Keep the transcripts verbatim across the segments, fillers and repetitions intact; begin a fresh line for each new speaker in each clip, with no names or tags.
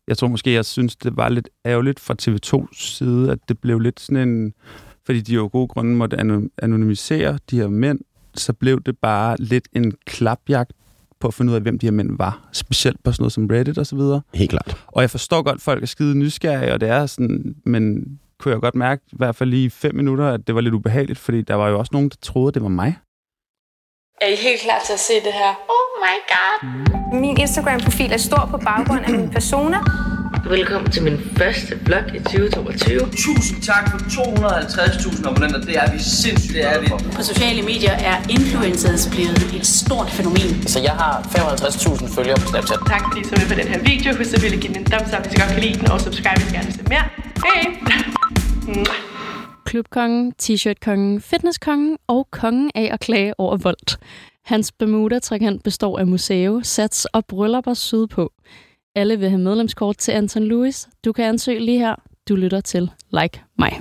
jeg tror måske, jeg synes, det var lidt ærgerligt fra T V to's side, at det blev lidt sådan en... Fordi de jo gode grunde måtte anonymisere de her mænd, så blev det bare lidt en klapjagt på at finde ud af, hvem de her mænd var. Specielt på sådan noget som Reddit og så videre.
Helt klart.
Og jeg forstår godt, at folk er skide nysgerrige, og det er sådan... Men kunne jeg godt mærke, i hvert fald lige i fem minutter, at det var lidt ubehageligt, fordi der var jo også nogen, der troede, det var mig.
Er I helt klar til at se det her? Oh my god! Min Instagram-profil er stor på baggrund af mine personer.
Velkommen til min første vlog i tyve toogtyve.
Tusind tak for to hundrede og halvtreds tusind abonnenter. Det er vi sindssygt, det er vi.
På sociale medier er influencers blevet et stort fænomen.
Så jeg har femoghalvtreds tusind følgere på Snapchat.
Tak fordi I så med på den her video. Husk selvfølgelig at give den en thumbs up, hvis I godt kan lide den, og subscribe, hvis I gerne vil se mere. Hej!
Klubkongen, t-shirt-kongen, fitnesskongen og kongen af at klage over vold. Hans Bermuda-trekant består af museum, sats og bryllupper sydpå. Alle vil have medlemskort til Anton Lewis. Du kan ansøge lige her. Du lytter til Like mig.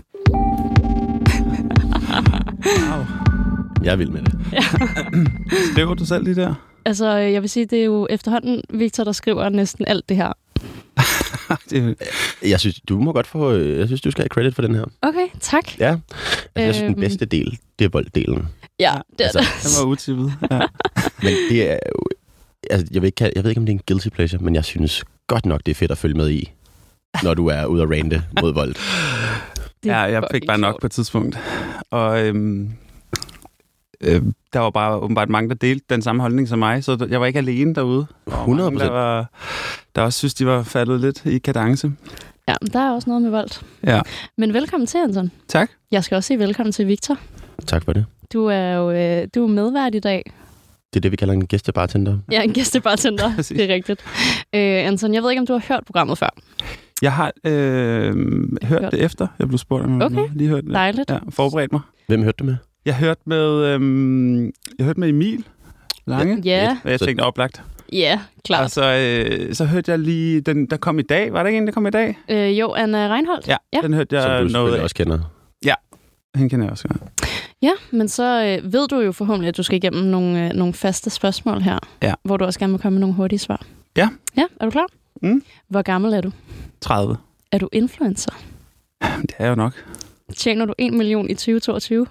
Wow.
Jeg vil med det.
Ja.
Skriver du selv lige der?
Altså, jeg vil sige, det er jo efterhånden Victor, der skriver næsten alt det her.
det... Jeg synes, du må godt få... Jeg synes, du skal have credit for den her.
Okay, tak.
Ja. Altså, jeg synes,
øhm...
den bedste del, det er volddelen.
Ja, det er
altså,
det.
Den var utippet. Ja.
Men det er jo... Altså, jeg ved, ikke, jeg ved ikke, om det er en guilty pleasure, men jeg synes godt nok, det er fedt at følge med i, når du er ude at rante mod vold.
Ja, jeg fik bare nok sjovt på et tidspunkt. Og øhm, øh, der var bare åbenbart mange, der delte den samme holdning som mig, så jeg var ikke alene derude.
hundrede procent.
Der, var, der også synes, de var faldet lidt i kadence.
Ja, der er også noget med vold.
Ja.
Men velkommen til, Anton.
Tak.
Jeg skal også sige velkommen til Victor.
Tak for det.
Du er jo øh, du er medvært i dag.
Det er det, vi kalder en gæstebartender.
Ja, en gæstebartender. Det er rigtigt. Øh, Anton, jeg ved ikke, om du har hørt programmet før.
Jeg har øh, hørt, hørt det efter. Jeg blev spurgt om
okay.
Lige hørt det.
Dejligt.
Ja, forberedt mig.
Hvem hørte du med?
Jeg hørte med, øh, jeg hørte med Emil Lange.
Ja.
Og jeg tænkte oplagt.
Ja, klart.
Og så, øh, så hørte jeg lige, den der kom i dag. Var der ikke en, der kom i dag?
Øh, jo, Anna Reinholdt.
Ja, ja, den hørte jeg
som du
noget
selvfølgelig
af.
også kender.
Ja, hende kender jeg også. Ja.
Ja, men så øh, ved du jo forhåbentlig, at du skal igennem nogle, øh, nogle faste spørgsmål her,
ja.
Hvor du også gerne må komme med nogle hurtige svar.
Ja.
Ja, er du klar?
Mm.
Hvor gammel er du?
tredive.
Er du influencer?
Det er jeg jo nok.
Tjener du en million i tyve toogtyve?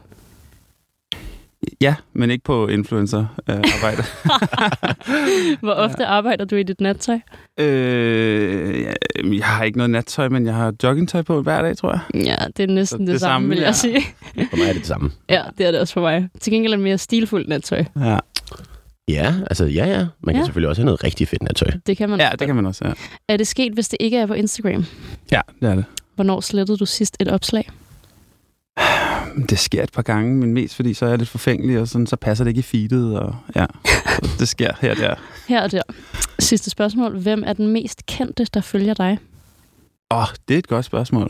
Ja, men ikke på influencer-arbejde.
Hvor ofte ja. arbejder du i dit nattøj?
Øh, jeg, jeg har ikke noget nattøj, men jeg har joggingtøj på hver dag, tror jeg.
Ja, det er næsten det, det samme, samme, vil jeg
ja.
sige.
For mig er det det samme.
Ja, det er det også for mig. Til gengæld er det mere stilfuldt nattøj.
Ja.
Ja, altså ja, ja. Man kan
ja.
selvfølgelig også have noget rigtig fedt nattøj.
Det kan man
Ja,
også.
det kan man også, ja.
Er det sket, hvis det ikke er på Instagram?
Ja, det er det.
Hvornår slettede du sidst et opslag?
Det sker et par gange, men mest fordi så er jeg lidt forfængelig, og sådan, så passer det ikke i feedet, og ja, det sker her og der.
Her og der. Sidste spørgsmål. Hvem er den mest kendte, der følger dig?
Åh, oh, det er et godt spørgsmål.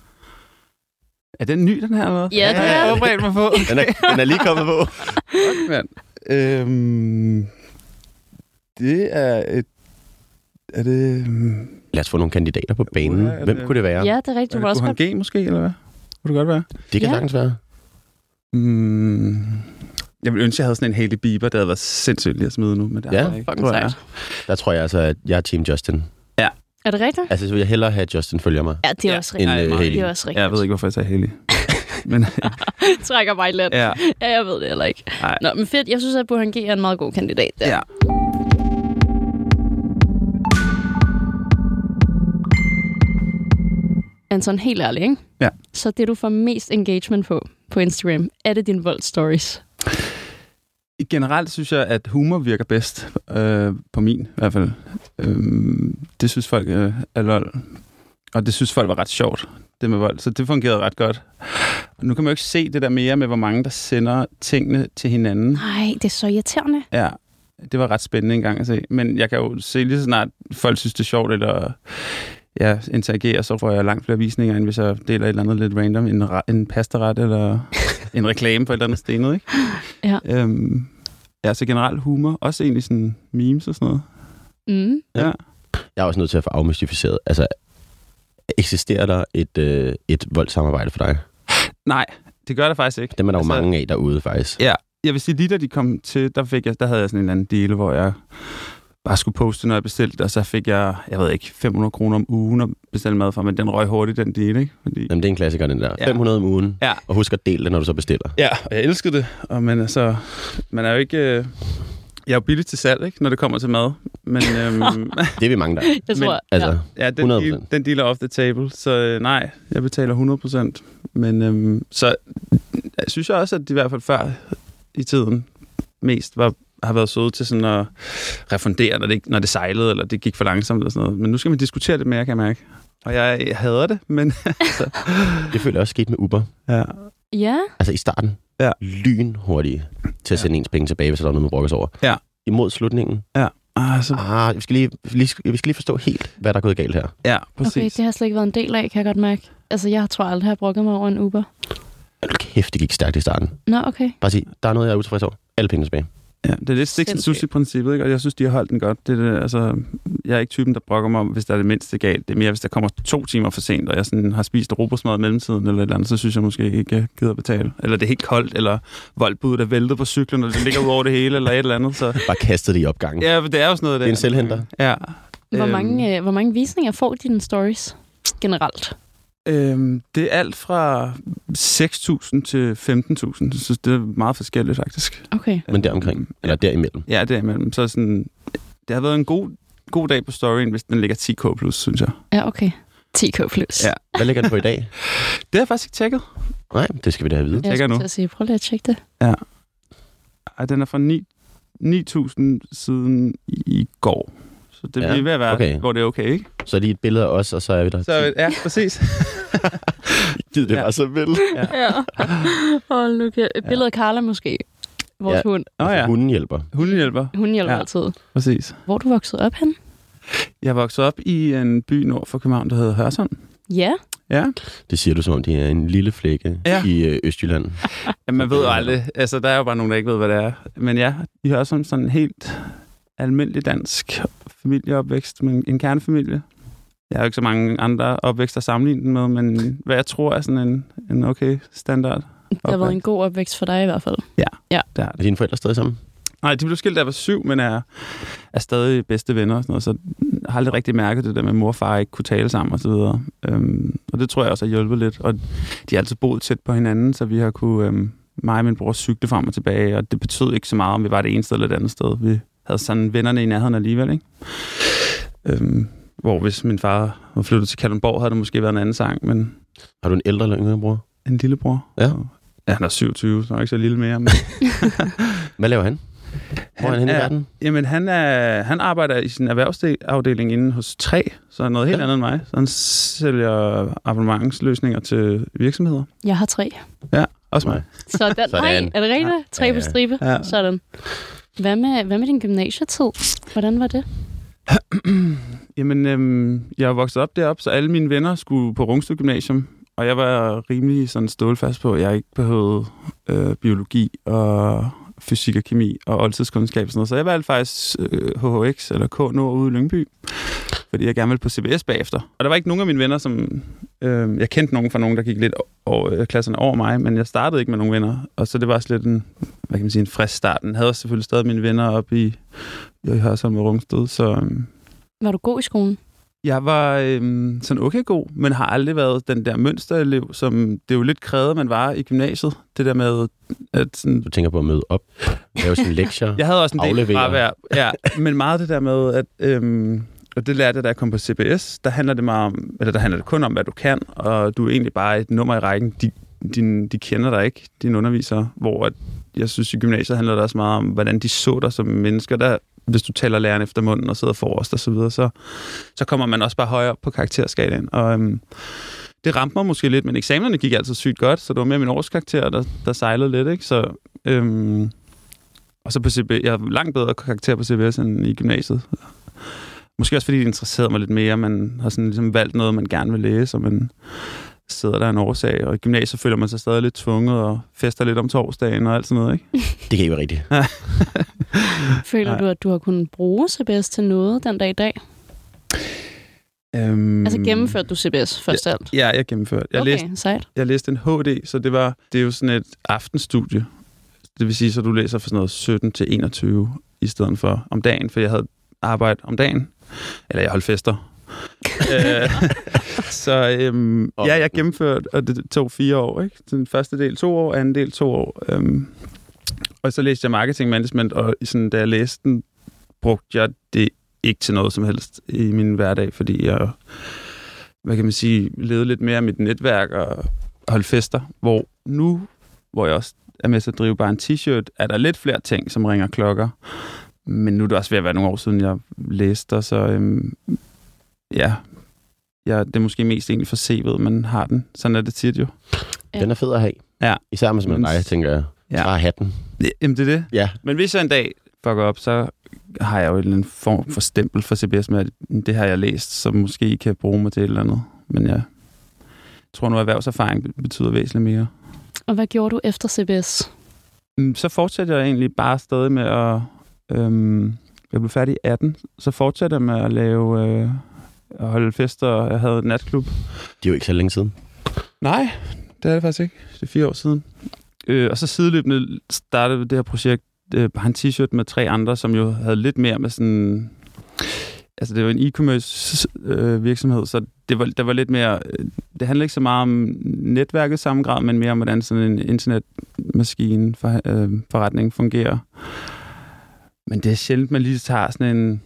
Er den ny, den her, eller hvad?
Ja, det er.
Jeg har forberedt mig på.
Den er, den er lige kommet på.
Godt, mand. Øhm, det er et... Er det...
Lad os få nogle kandidater på banen.
Uh,
Hvem
det...
kunne det være?
Ja, det er rigtigt.
Er det Kuhan G måske, eller hvad? Kunne det godt være?
Det kan
ja.
sagtens være.
Mm, jeg ville ønske, jeg havde sådan en Hailey Bieber, der havde været sindssygt lige at smide nu. Men det
ja,
er ikke, tror jeg.
Der tror jeg altså, at jeg er Team Justin.
Ja.
Er det rigtigt?
Altså, så vil jeg hellere have, at Justin følger mig.
Ja, det er ja. også rigtigt.
End, uh,
det er også rigtigt.
Jeg ved ikke, hvorfor jeg tager Hailey. men
trækker mig let.
Ja.
ja, jeg ved det heller ikke.
Nej.
Nå, men fedt. Jeg synes, at Kuhan G er en meget god kandidat der.
Ja.
Anton, helt ærlig, ikke?
Ja.
Så det, du får mest engagement på på Instagram, er det dine voldstories?
Generelt synes jeg, at humor virker bedst. Øh, på min i hvert fald. Øh, det synes folk øh, er lol. Og det synes folk var ret sjovt, det med vold. Så det fungerede ret godt. Og nu kan man jo ikke se det der mere med, hvor mange der sender tingene til hinanden.
Nej, det er så irriterende.
Ja, det var ret spændende engang at se. Men jeg kan jo se lige så snart, folk synes, det er sjovt, eller ja, interagerer, så får jeg langt flere visninger, end hvis jeg deler et eller andet lidt random, en, en pastaret eller en reklame på et eller andet stenet, ikke?
Ja.
Øhm, ja, så generelt humor. Også egentlig sådan memes og sådan noget.
Mm.
Ja.
Jeg er også nødt til at få afmystificeret. Altså, eksisterer der et, øh, et voldssamarbejde for dig?
Nej, det gør der faktisk ikke.
Dem er der
altså,
jo mange af derude, faktisk.
Ja, jeg vil sige, lige da de kom til, der, fik jeg, der havde jeg sådan en eller anden deal, hvor jeg bare skulle poste, når jeg bestilte, og så fik jeg, jeg ved ikke, fem hundrede kroner om ugen at bestille mad for, men den røg hurtigt, den deal, ikke? Fordi...
Jamen, det er en klassiker, den der.
Ja.
fem hundrede om ugen,
ja.
Og husk at dele det, når du så bestiller.
Ja, og jeg elskede det, og men altså, man er jo ikke... Øh... Jeg er jo billig til salg, ikke, når det kommer til mad, men... Øhm...
det er vi mange, der
jeg tror,
men, altså,
ja, den deal, den deal er off the table, så øh, nej, jeg betaler hundrede procent. Men øhm, så jeg synes jeg også, at de i hvert fald før i tiden mest var, har været søde til sådan at refundere, når det, når det sejlede, eller det gik for langsomt eller sådan noget. Men nu skal man diskutere det mere, kan jeg mærke. Og jeg, jeg hader det, men... altså.
Det føler jeg også sket med Uber.
Ja.
Ja.
Altså i starten,
ja.
lynhurtige til at sende ja. ens penge tilbage, hvis der er noget, man brokkes over.
Ja.
Imod slutningen.
Ja. Altså.
Ah, vi, skal lige, vi, skal, vi skal lige forstå helt, hvad der er gået galt her.
Ja, præcis.
Okay, det har slet ikke været en del af, kan jeg godt mærke. Altså, jeg tror aldrig, jeg har brokket mig over en Uber.
Kæft, det gik stærkt i starten.
Nå, okay.
Bare sig, der er noget, jeg er utilfreds over. Alle pengene tilbage.
Ja, det er lidt stik til sushi-princippet, ikke? Og jeg synes, de har holdt den godt. Det er det, altså, jeg er ikke typen, der brokker mig om, hvis der er det mindste galt. Det er mere, hvis der kommer to timer for sent, og jeg sådan har spist robrødsmad i mellemtiden, eller et eller andet, så synes jeg måske ikke, jeg gider betale. Eller det er helt koldt, eller voldbud, der vælter på cyklen, og det ligger ud over det hele, eller et eller andet. Så...
Bare kastet det i opgangen.
Ja, det er jo sådan noget der.
Det er en selvhenter.
Ja.
Hvor mange, øh, hvor mange visninger får dine stories generelt?
Øhm, det er alt fra seks tusind til femten tusind. Så det er meget forskelligt, faktisk.
Okay.
Men deromkring? Eller derimellem?
Ja, derimellem. Så sådan, det har været en god, god dag på storyen, hvis den ligger ti k plus, synes jeg.
Ja, okay. ti k plus.
Ja.
Hvad ligger den på i dag?
Det har jeg faktisk ikke tjekket.
Nej, det skal vi da have vide.
Jeg skulle til at sige, prøv lige at tjekke det.
Ja. Ej, den er fra ni tusind siden i går. Så det bliver ja, ved at være, okay. Hvor det er okay, ikke?
Så er lige et billede af os, og så er vi der.
Så, ja, præcis.
Gid det ja. Var så vel.
Ja. ja. Hold nu kæft. Et billede af Carla måske. Vores
ja.
hund.
Altså, oh, ja. Hunden hjælper.
Hunden hjælper.
Hunden hjælper
ja.
altid.
Præcis.
Hvor er du vokset op hen?
Jeg voksede op i en by nord for København, der hedder Hørsholm.
Ja.
Ja.
Det siger du, som om det er en lille flække ja. i Østjylland.
Ja, man ved jo aldrig. Altså, der er jo bare nogen, der ikke ved, hvad det er. Men ja, i Hørsholm sådan en helt almindelig dansk familieopvækst, men en kernefamilie. Jeg har jo ikke så mange andre opvækster sammenlignet den med, men hvad jeg tror er sådan en, en okay standard opvækst.
Det har været en god opvækst for dig i hvert fald.
Ja,
ja.
det er
det. Er dine forældre stadig sammen?
Nej, de blev skilt, da jeg var syv, men er, er stadig bedste venner og sådan noget, så jeg har aldrig rigtig mærket det der med, at mor og far ikke kunne tale sammen og så videre. Øhm, og det tror jeg også har hjulpet lidt. Og de har altid boet tæt på hinanden, så vi har kunne, øhm, mig og min bror cykle frem og tilbage, og det betød ikke så meget, om vi var det ene sted eller det andet sted. Vi havde sådan vennerne i nærheden alligevel, ikke? Øhm, hvor hvis min far var flyttet til Kalundborg, havde det måske været en anden sang, men...
Har du en ældre eller yngre bror?
En lille bror.
Ja.
Ja, han er syvogtyve, så er ikke så lille mere. Men...
Hvad laver han? Hvor er han henne i verden?
Jamen, han, er, han arbejder i sin erhvervsafdeling inde hos Træ, så er noget helt ja. andet end mig. Så han sælger abonnementsløsninger til virksomheder.
Jeg har tre.
Ja, også mig.
Sådan. Sådan. Nej, er det rigtigt? Ja. Tre på stribe? Ja. Sådan. Hvad med, hvad med din gymnasietid? Hvordan var det?
Jamen, øhm, jeg er vokset op deroppe, så alle mine venner skulle på Rungsted Gymnasium, og jeg var rimelig sådan stålfast på, at jeg ikke behøvede øh, biologi og fysik og kemi og oldtidskundskab og sådan noget. Så jeg valgte faktisk øh, H H X eller K Nord ude i Lyngby, fordi jeg gerne ville på C B S bagefter. Og der var ikke nogen af mine venner, som... Øh, jeg kendte nogen fra nogen, der gik lidt over, klasserne over mig, men jeg startede ikke med nogen venner. Og så det var slet en, hvad kan man sige, en frisk start. Jeg havde selvfølgelig stadig mine venner oppe i, i Hørsholm og Rungsted, så... Øh,
var du god i skolen?
Jeg var øhm, sådan okay god, men har aldrig været den der mønsterelev, som det jo lidt krævede, man var i gymnasiet. Det der med, at sådan...
Du tænker på at møde op, lave sådan lektier,
jeg havde også en del fravær, ja, men meget det der med, at... Øhm, og det lærte jeg, da jeg kom på C B S, der handler det meget om, eller der handler det kun om, hvad du kan, og du er egentlig bare et nummer i rækken. De, de, de kender dig ikke, dine undervisere, hvor at, jeg synes, i gymnasiet handler det også meget om, hvordan de så dig som mennesker, der... Hvis du taler læreren efter munden og sidder forrest og så videre, så, så kommer man også bare højere op på karakterskalaen. Og øhm, det ramte mig måske lidt, men eksamenerne gik altid sygt godt, så det var mere min årskarakter, der, der sejlede lidt, ikke? Så, øhm, og så på C B S, jeg har langt bedre karakter på C B S end i gymnasiet. Måske også fordi det interesserede mig lidt mere. Man har sådan ligesom valgt noget, man gerne vil læse, og man sidder der en årsag. Og i gymnasiet føler man sig stadig lidt tvunget og fester lidt om torsdagen og alt sådan noget, ikke?
Det kan ikke være rigtigt.
Føler Nej. du, at du har kunnet bruge C B S til noget den dag i dag?
Um,
altså gennemførte du C B S først
ja,
alt?
Ja, jeg gennemførte. Jeg,
okay,
læste,
sejt.
jeg læste en H D, så det var det er jo sådan et aftenstudie. Det vil sige, så du læser fra sådan noget sytten til enogtyve i stedet for om dagen, for jeg havde arbejde om dagen. Eller jeg holdt fester. øh, så øhm, ja, jeg gennemførte, og det tog fire år. Ikke? Den første del to år, anden del to år. Øhm, og så læste jeg marketing management, og sådan, da jeg læste den, brugte jeg det ikke til noget som helst i min hverdag, fordi jeg, hvad kan man sige, levede lidt mere af mit netværk og holdt fester. Hvor nu, hvor jeg også er med til at drive bare en t-shirt, er der lidt flere ting, som ringer klokker. Men nu er det også ved at være nogle år siden, jeg læste, så øhm, ja, ja, det er måske mest egentlig for C V'et, man har den. Sådan er det tit jo.
Ja. Den er fed at have.
Ja.
Især med sådan dig, tænker jeg. Ja. Bare hatten.
Jamen, det er det.
Ja.
Men hvis jeg en dag fucker op, så har jeg jo en form for stempel for C B S med, at det har jeg læst, som måske kan bruge mig til et eller andet. Men jeg tror nu, at erhvervserfaring betyder væsentligt mere.
Og hvad gjorde du efter C B S?
Så fortsatte jeg egentlig bare stadig med at... Øhm, jeg blev færdig i atten, så fortsatte jeg med at lave... Øh, at holde fester, og jeg havde et natklub.
Det er jo ikke så længe siden.
Nej, det er det faktisk ikke. Det er fire år siden. Øh, og så sideløbende startede det her projekt, øh, bare en t-shirt med tre andre, som jo havde lidt mere med sådan... Altså, det var en e-commerce øh, virksomhed, så det var, der var lidt mere... Øh, det handlede ikke så meget om netværket samme grad, men mere om, hvordan sådan en internetmaskine for, øh, forretning fungerer. Men det er sjældent, man lige tager sådan en,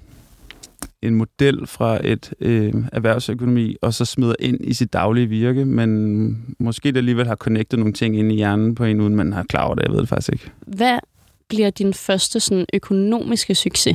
en model fra et øh, erhvervsøkonomi, og så smider ind i sit daglige virke, men måske det alligevel har connectet nogle ting ind i hjernen på en, uden man har klar over det. Jeg ved det faktisk ikke.
Hvad bliver din første sådan, økonomiske succes?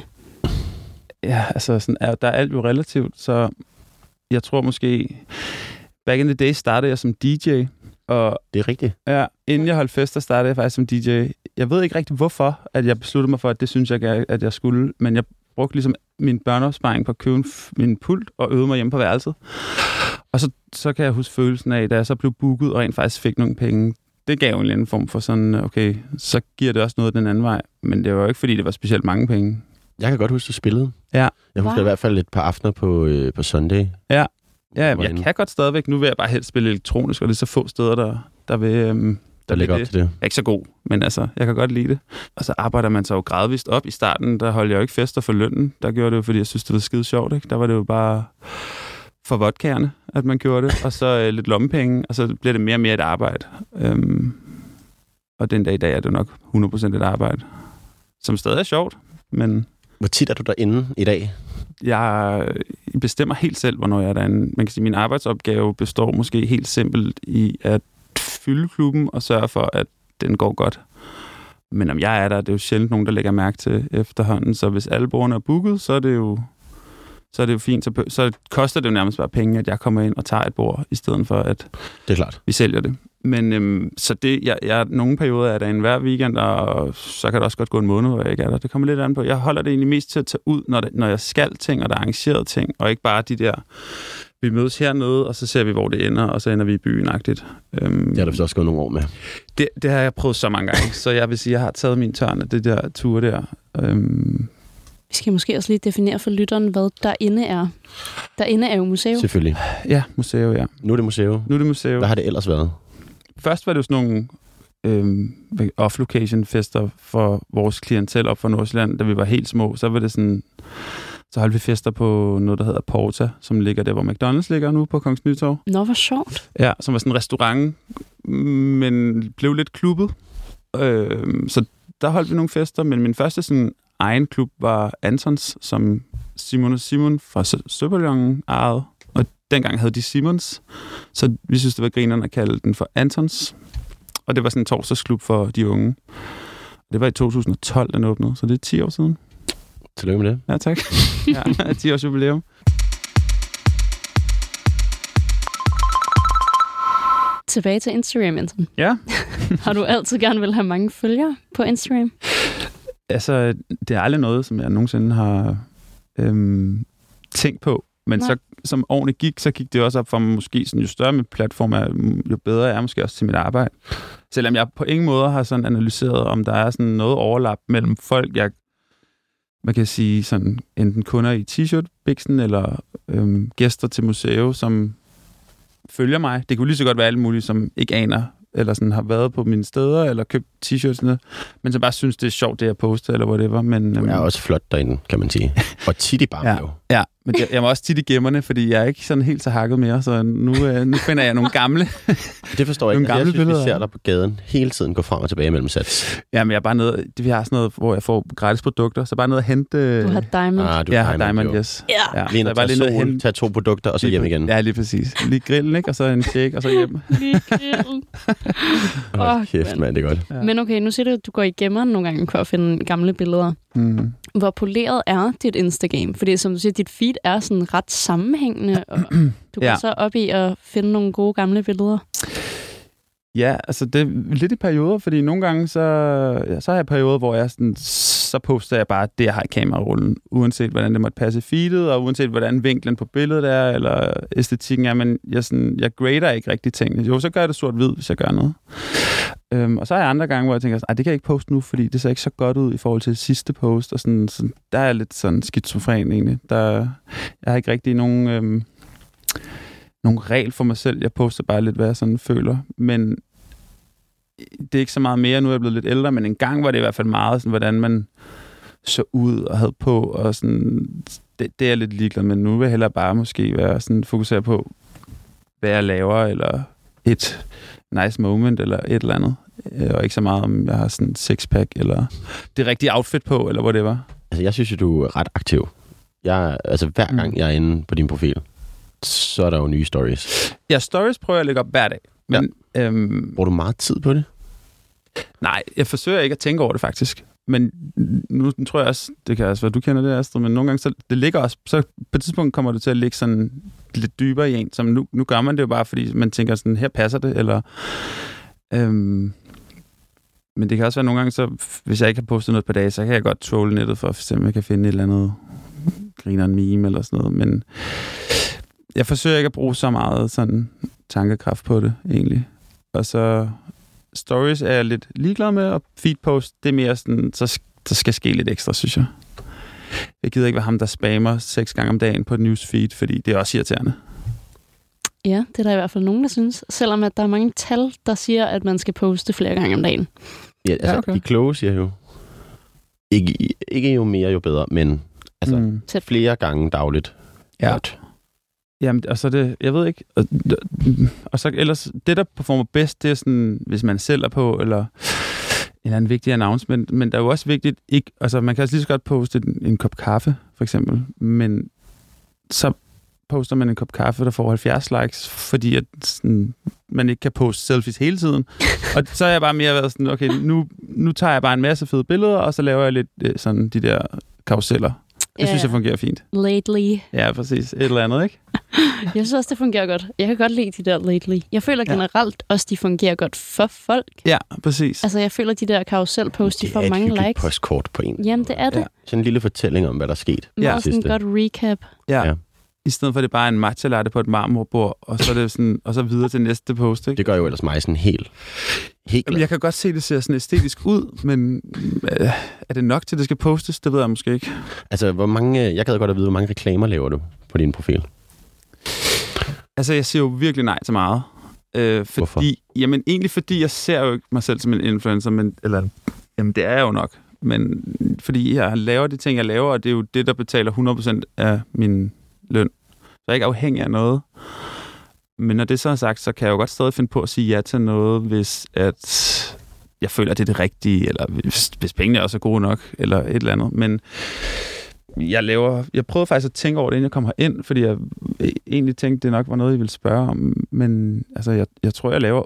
Ja, altså, sådan er, der er alt jo relativt, så jeg tror måske... Back in the day startede jeg som D J, og...
Det er rigtigt.
Ja, inden jeg holdt fester, startede jeg faktisk som D J. Jeg ved ikke rigtig, hvorfor, at jeg besluttede mig for, at det synes jeg, at jeg skulle, men jeg brugte ligesom min børneopsparing på at købe min pult og øvede mig hjemme på værelset. Og så, så kan jeg huske følelsen af, da jeg så blev booket og rent faktisk fik nogle penge. Det gav en eller anden form for sådan, okay, så giver det også noget den anden vej. Men det var jo ikke, fordi det var specielt mange penge.
Jeg kan godt huske, du spillede.
Ja.
Jeg husker wow. i hvert fald et par aftener på, øh, på Sunday.
Ja, ja jeg kan godt stadigvæk. Nu vil jeg bare helst spille elektronisk, og det er så få steder, der, der vil... Øhm,
der ligger op
det.
til det.
Jeg er ikke så god, men altså, jeg kan godt lide det. Og så arbejder man så jo gradvist op. I starten, der holdt jeg jo ikke fester for lønnen. Der gjorde det jo, fordi jeg synes, det var skide sjovt. Ikke? Der var det jo bare for vodkærne, at man gjorde det. Og så øh, lidt lommepenge, og så bliver det mere og mere et arbejde. Øhm, og den dag i dag er det nok hundrede procent et arbejde. Som stadig er sjovt, men...
Hvor tit er du derinde i dag?
Jeg bestemmer helt selv, hvornår jeg er derinde. Man kan sige, at min arbejdsopgave består måske helt simpelt i at fylde klubben og sørge for, at den går godt. Men om jeg er der, det er jo sjældent nogen, der lægger mærke til efterhånden. Så hvis alle bordene er booket, så er det jo, så er det jo fint. Så, så koster det jo nærmest bare penge, at jeg kommer ind og tager et bord, i stedet for, at
det er klart.
Vi sælger det. Men øhm, så det, jeg, jeg, nogle perioder er der en hver weekend, og så kan det også godt gå en måned, hvor jeg ikke er der. Det kommer lidt an på. Jeg holder det egentlig mest til at tage ud, når, det, når jeg skal ting, og der er arrangeret ting, og ikke bare de der, vi mødes hernede, og så ser vi, hvor det ender, og så ender vi i byen-agtigt. Øhm,
det har du også gået nogle år med.
Det, det har jeg prøvet så mange gange, så jeg vil sige, jeg har taget min tørn af det der tur der. Øhm,
Vi skal måske også lige definere for lytteren, hvad derinde er. Derinde er jo museum.
Selvfølgelig.
Ja, museum, ja.
Nu er det museum.
Nu er det museum.
Hvad har det ellers været?
Først var det jo sådan nogle øhm, off-location-fester for vores klientel op fra Nordsjælland, da vi var helt små. Så var det sådan, så holdt vi fester på noget, der hedder Porta, som ligger der, hvor McDonald's ligger nu på Kongens Nytorv.
Nå, hvor sjovt.
Ja, som var sådan en restaurant, men blev lidt klubbet. Øh, så der holdt vi nogle fester, men min første sådan egen klub var Antons, som Simon og Simon fra Søpavillionen ejede. Og dengang havde de Simons, så vi synes, det var grinerne at kalde den for Antons. Og det var sådan en torsdagsklub for de unge. Det var i to tusind og tolv, den åbnede, så det er ti år siden.
Tillykke med det.
Ja, tak. Ja, ti års jubilæum.
Tilbage til Instagram, Anton.
Ja.
Har du altid gerne vil have mange følgere på Instagram?
Altså, det er aldrig noget, som jeg nogensinde har øhm, tænkt på. Men Nej. så som årene gik, så gik det også op for mig måske, sådan, jo større min platform er, jo bedre er måske også til mit arbejde. Selvom jeg på ingen måde har sådan analyseret, om der er sådan noget overlap mellem folk, jeg man kan sige sådan enten kunder i t-shirt-biksen eller øhm, gæster til museum, som følger mig. Det kunne lige så godt være alle mulige, som ikke aner, eller sådan har været på mine steder, eller købt t-shirts, men så bare synes, det er sjovt, det jeg poster, eller whatever. Men,
du er
øhm,
også flot derinde, kan man sige. Og tit i barmen
ja,
jo.
Ja, men jeg, jeg må også tit i gemmerne, fordi jeg er ikke sådan helt så hakket mere, så nu, øh, nu finder jeg nogle gamle
Det forstår jeg ikke.
Nogle
Jeg synes,
billeder.
vi ser dig på gaden hele tiden gå frem og tilbage mellem sats.
Ja, men jeg er bare nede, vi har sådan noget, hvor jeg får gratis produkter, så bare nede at hente...
Du har Diamond.
Ah, du
ja,
er
har
Diamond,
Diamond,
jo.
yes.
Ja.
Ja,
Lige ind
så
og
bare
tage
lige ned at
sol,
hente...
tage to produkter, og så hjem igen.
Ja, lige præcis. Lige grillen, ikke? Og så en shake, og så hjem.
Lige grillen.
Hold
Åh,
kæft,
mand.
mand, det er godt.
Ja.
Men okay, nu siger du, at du går i gemmeren nogle gange for at finde gamle billeder.
Mm.
Hvor poleret er dit Instagram? Fordi som du siger, dit feed er sådan ret sammenhængende, og du går
Ja.
så op i at finde nogle gode gamle billeder.
Ja, altså det er lidt i perioder, fordi nogle gange, så, ja, så har jeg perioder, hvor jeg sådan, så poster jeg bare det, jeg har i kamerarullen, uanset hvordan det måtte passe i feedet, og uanset hvordan vinklen på billedet er, eller æstetikken er, men jeg, sådan, jeg grader ikke rigtig tingene. Jo, så gør jeg det sort-hvid, hvis jeg gør noget. Øhm, og så har jeg andre gange, hvor jeg tænker, at det kan jeg ikke poste nu, fordi det ser ikke så godt ud i forhold til sidste post, og sådan, sådan der er jeg lidt sådan skizofren egentlig. Der, jeg har ikke rigtig nogen... Øhm, nogle regel for mig selv. Jeg poster bare lidt, hvad jeg sådan føler. Men det er ikke så meget mere. Nu er jeg blevet lidt ældre, men en gang var det i hvert fald meget, sådan, hvordan man så ud og havde på. Og sådan, det, det er jeg lidt ligeglad med. Nu vil jeg hellere bare måske være sådan, fokusere på, hvad jeg laver, eller et nice moment, eller et eller andet. Og ikke så meget, om jeg har sådan en sixpack, eller det rigtige outfit på, eller whatever.
Altså, jeg synes jo, du er ret aktiv. Jeg, altså, hver gang mm. jeg er inde på din profil, så er der jo nye stories.
Ja, stories prøver jeg at lægge op hver dag. Men, ja. øhm,
Bruger du meget tid på det?
Nej, jeg forsøger ikke at tænke over det faktisk. Men nu tror jeg også, det kan også være, du kender det, Astrid, men nogle gange, så det ligger også, så på et tidspunkt kommer det til at ligge sådan lidt dybere i en, som nu, nu gør man det jo bare, fordi man tænker sådan, her passer det, eller... Øhm, men det kan også være nogle gange, så hvis jeg ikke har postet noget på dage, så kan jeg godt trolle nettet for, for eksempel, jeg kan finde et eller andet griner en meme eller sådan noget, men jeg forsøger ikke at bruge så meget sådan tankekraft på det, egentlig. Og så stories er jeg lidt ligeglad med, og feedpost, det er mere sådan, så der skal ske lidt ekstra, synes jeg. Jeg gider ikke være ham, der spammer seks gange om dagen på et newsfeed, fordi det er også irriterende.
Ja, det er der i hvert fald nogen, der synes. Selvom at der er mange tal, der siger, at man skal poste flere gange om dagen.
Ja, altså,
Ja, okay.
de kloge siger jo, ikke, ikke jo mere, jo bedre, men altså
Mm.
flere gange dagligt.
Ja.
Godt.
Jamen, og så det, jeg ved ikke, og, og så ellers, det der performer bedst, det er sådan, hvis man selv er på, eller en eller anden vigtig announcement, men der er jo også vigtigt, ikke, altså man kan også lige så godt poste en, en kop kaffe, for eksempel, men så poster man en kop kaffe, der får halvfjerds likes, fordi at sådan, man ikke kan poste selfies hele tiden. Og så er jeg bare mere været sådan, okay, nu, nu tager jeg bare en masse fede billeder, og så laver jeg lidt øh, sådan de der karuseller. Det
Ja,
synes jeg
ja.
fungerer fint.
Lately.
Ja, præcis. Et eller andet, ikke?
Jeg synes også, det fungerer godt. Jeg kan godt lide de der lately. Jeg føler
Ja.
generelt også, de fungerer godt for folk.
Ja, præcis.
Altså, jeg føler, de der carousel-posts, de
Det
får
er et
mange
hyggeligt
likes.
postkort på en.
Jamen, det er det.
Ja.
Sådan en lille fortælling om, hvad der er sket.
Meget
Ja.
sådan et godt recap.
Ja.
Ja.
I stedet for, at det bare er en matcha latte på et marmorbord, og så er det sådan, og så videre til næste post, ikke?
Det gør jo ellers mig sådan helt, helt
Jamen,
glad.
jeg kan godt se, at det ser sådan æstetisk ud, men øh, er det nok til, at det skal postes? Det ved jeg måske ikke.
Altså, hvor mange, jeg gad godt at vide, hvor mange reklamer laver du på din profil?
Altså, jeg siger jo virkelig nej til meget. Øh, fordi,
Hvorfor?
Jamen, egentlig fordi jeg ser jo ikke mig selv som en influencer, men, eller, jamen, det er jeg jo nok. Men fordi jeg laver de ting, jeg laver, og det er jo det, der betaler hundrede procent af min løn. Så jeg er ikke afhængig af noget. Men når det så er sagt, så kan jeg jo godt stadig finde på at sige ja til noget, hvis at jeg føler, at det er det rigtige, eller hvis, hvis pengene også er gode nok, eller et eller andet. Men jeg laver, jeg prøvede faktisk at tænke over det, inden jeg kom herind, fordi jeg egentlig tænkte, det nok var noget, I ville spørge om. Men altså, jeg, jeg tror, jeg laver...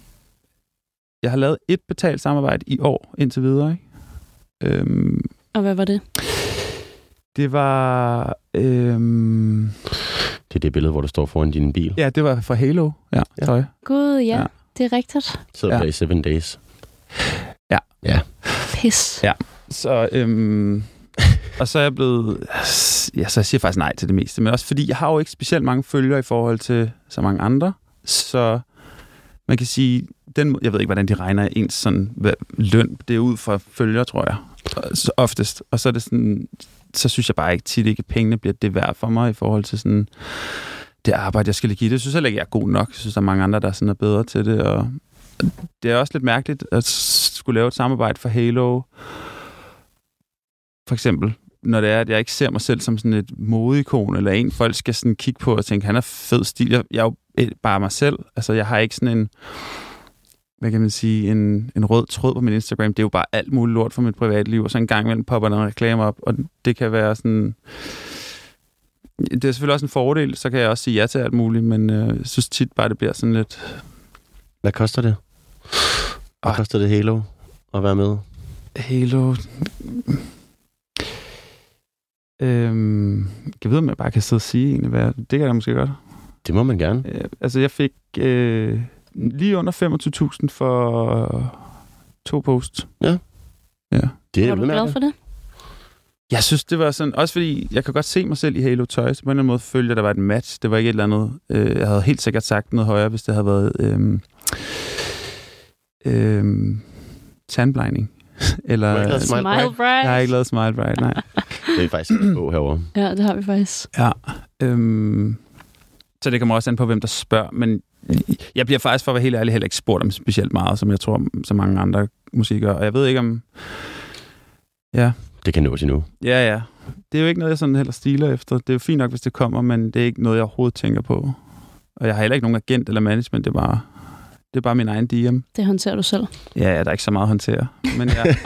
Jeg har lavet et betalt samarbejde i år indtil videre, ikke? Øhm,
Og hvad var det?
det var... Øhm,
Det er det billede, hvor du står foran din bil.
ja, det var fra Halo. Ja,
Ja.
tror jeg.
Gud, ja.
Ja.
Det er rigtigt.
Sidder
Ja.
der i seven days.
Ja.
Ja.
Pis.
Ja. Så, øhm, og så er jeg blevet... Ja, så jeg siger faktisk nej til det meste. Men også fordi, jeg har jo ikke specielt mange følgere i forhold til så mange andre. Så man kan sige... Den, jeg ved ikke, hvordan de regner ens sådan, hvad, løn. Det er ud fra følgere, tror jeg. Så oftest. Og så er det sådan... Så synes jeg bare ikke tit ikke, at pengene bliver det værd for mig i forhold til sådan... Det arbejde, jeg skal lægge i det. Jeg synes heller ikke, jeg er god nok. Jeg synes, der er mange andre, der sådan er bedre til det. Og det er også lidt mærkeligt at skulle lave et samarbejde for Halo. For eksempel, når det er, at jeg ikke ser mig selv som sådan et modeikon, eller en, folk skal sådan kigge på og tænke, han er fed stil. Jeg, jeg er jo bare mig selv. Altså, jeg har ikke sådan en, hvad kan man sige, en, en rød tråd på min Instagram. Det er jo bare alt muligt lort for mit privatliv, og så en gang imellem popper der en reklame op, og det kan være sådan... Det er selvfølgelig også en fordel, så kan jeg også sige ja til alt muligt, men øh, jeg synes tit bare, det bliver sådan lidt...
Hvad koster det? Hvad oh. koster det Halo at være med?
Halo... Øhm, kan jeg vide, om jeg bare kan sidde og sige egentlig, hvad det kan jeg da måske godt.
Det må man gerne.
Øh, altså, jeg fik øh, lige under femogtyve tusind for to posts.
Ja.
Ja.
Det er
var du glad for det?
Jeg synes, det var sådan... Også fordi, jeg kan godt se mig selv i Halo Toys. På en eller anden måde følte jeg, der var et match. Det var ikke et eller andet... Øh, jeg havde helt sikkert sagt noget højere, hvis det havde været... Øh, øh, tandblinding. Eller...
Smile Bright.
Jeg har ikke lavet Smile Bright, nej.
Det er faktisk en bog herovre.
Ja, det har vi faktisk.
Ja. Øhm, så det kommer også an på, hvem der spørger. Men jeg bliver faktisk, for at være helt ærlig, heller ikke spurgt om specielt meget, som jeg tror, så mange andre musikere. Og jeg ved ikke om... Ja.
Det kan nås endnu.
Ja, ja. Det er jo ikke noget, jeg sådan heller stiler efter. Det er jo fint nok, hvis det kommer, men det er ikke noget, jeg overhovedet tænker på. Og jeg har heller ikke nogen agent eller management. Det er bare, det er bare min egen D M.
Det håndterer du selv.
Ja, ja, der er ikke så meget at håndtere. Men ja.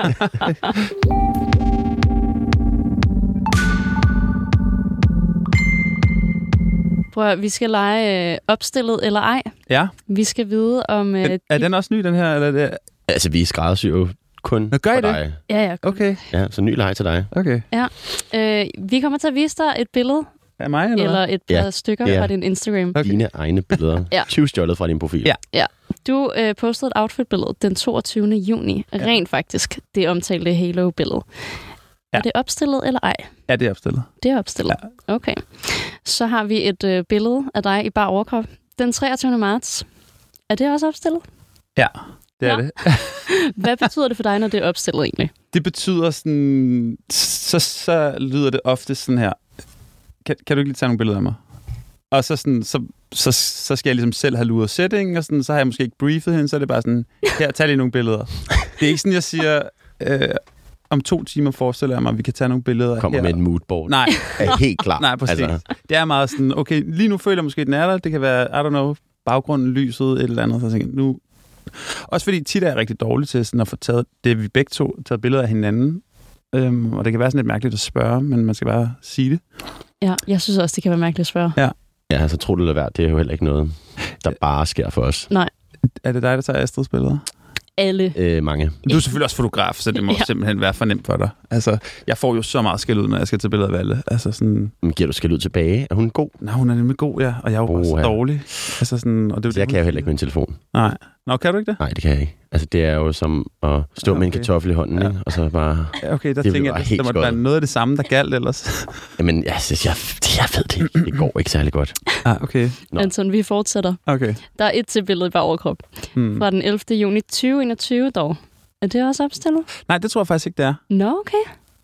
Prøv at, vi skal lege øh, opstillet eller ej.
Ja.
Vi skal vide om... Øh,
er, er den også ny, den her? Eller er det...
Altså, vi skræddersyr jo kun
Nå, gør I
for
det?
dig.
Ja, ja.
Okay.
Ja, så ny leg til dig.
Okay.
Ja. Øh, vi kommer til at vise dig et billede.
Af mig, eller
Eller et par
ja.
stykker
Ja.
fra din Instagram.
Okay. Dine egne billeder.
Ja.
tyve-stjålet fra din profil.
Ja.
Ja. Du øh, postede et outfit-billede den toogtyvende juni. Ja. Rent faktisk. Det omtalte Halo-billede. Ja. Er det opstillet eller ej?
Ja, det er opstillet.
Det er opstillet. Ja. Okay. Så har vi et øh, billede af dig i bar overkrop. Den treogtyvende marts. Er det også opstillet?
Ja, det er
ja.
det.
Hvad betyder det for dig, når det er opstillet egentlig?
Det betyder sådan... Så, så lyder det ofte sådan her. Kan, kan du ikke lige tage nogle billeder af mig? Og så, sådan, så, så, så skal jeg ligesom selv have luret settingen, og sådan, så har jeg måske ikke briefet hende, så er det bare sådan, her, tag lige nogle billeder. Det er ikke sådan, jeg siger... Øh, om to timer forestiller jeg mig, at vi kan tage nogle billeder.
Kommer
her.
med et moodboard.
Nej.
Er helt klar.
Nej, præcis. Altså. Det er meget sådan, okay, lige nu føler jeg måske, den er der. Det kan være, I don't know, baggrunden, lyset, et eller andet. Så jeg tænker, nu... Også fordi tit er jeg rigtig dårlig til sådan at få taget det, vi begge to taget billeder af hinanden. Øhm, og det kan være sådan lidt mærkeligt at spørge, men man skal bare sige det.
Ja, jeg synes også, det kan være mærkeligt at spørge.
Ja.
Ja, så tro det eller værd, det er jo heller ikke noget, der bare sker for os.
Nej.
Er det dig, der tager Astrids billeder?
Alle.
Øh, mange.
Du er selvfølgelig også fotograf, så det må ja. simpelthen være for nemt for dig. Altså, jeg får jo så meget skæld ud, når jeg skal tage billeder af alle. Altså sådan...
Men giver du skæld ud tilbage? Er hun god?
Nej, hun er nemlig god, ja. Og jeg er jo
oh,
også
ja.
dårlig. Altså sådan... Og det,
så jeg
det,
kan jo heller ikke med en telefon.
Nej. Nå, kan du ikke det?
Nej, det kan jeg ikke. Altså, det er jo som at stå ja, okay. med en kartoffel i hånden, ja. ikke? Og så bare...
Ja, okay, der tænker jeg, der måtte være noget af det samme, der galt ellers.
Jamen, jeg, jeg, jeg, jeg ved det ikke. Det går ikke særlig godt.
Ah, okay.
Nå. Anton, vi fortsætter.
Okay.
Der er et til billede i bare overkrop. Hmm. Fra den ellevte juni tyve enogtyve dog. Er det også opstillet?
Nej, det tror jeg faktisk ikke, det er.
Nå, okay.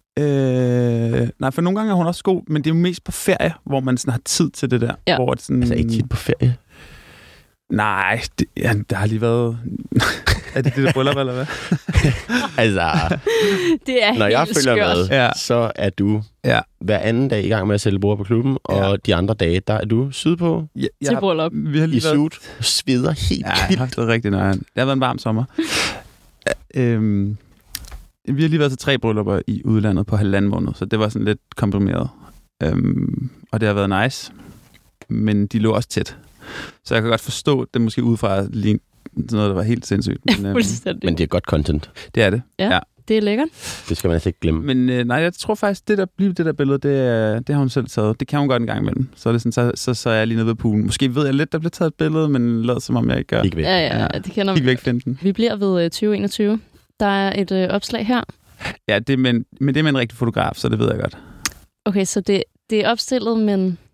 Øh, nej, for nogle gange er hun også god, men det er jo mest på ferie, hvor man sådan har tid til det der.
Ja.
Hvor det sådan...
Altså ikke tit på ferie?
Nej, det, ja, der har lige været... er det det der bryllup, eller hvad?
altså,
det er
når jeg følger
skørt.
med, ja. så er du ja. hver anden dag i gang med at sælge bord på klubben, og ja. de andre dage, der er du sydpå
ja,
til bryllup.
Vi har lige
i suit, sveder helt
ja, vildt. Ja, det er rigtig nøjeren. Det har været en varm sommer. øhm, vi har lige været til tre bryllupper i udlandet på halvanden måned, så det var sådan lidt komprimeret. Øhm, og det har været nice, men de lå også tæt. Så jeg kan godt forstå, at det måske udefra lige sådan noget, der var helt sindssygt. Men, øhm,
men det er godt content.
Det er det.
Ja, ja. Det er lækkert.
Det skal man altså ikke glemme.
Men øh, nej, jeg tror faktisk, det der bliver det der billede, det, er, det har hun selv taget. Det kan hun godt en gang imellem. Så er, det sådan, så, så, så er jeg lige nede ved poolen. Måske ved jeg lidt, der bliver taget et billede, men lad som om jeg ikke gør.
Kig væk.
Ja, ja, ja. Det kender vi.
Kig væk, finde den.
Vi bliver ved øh, tyve enogtyve. Der er et øh, opslag her.
Ja, det er med, men det er med en rigtig fotograf, så det ved jeg godt.
Okay, så det, det er opstillet, men...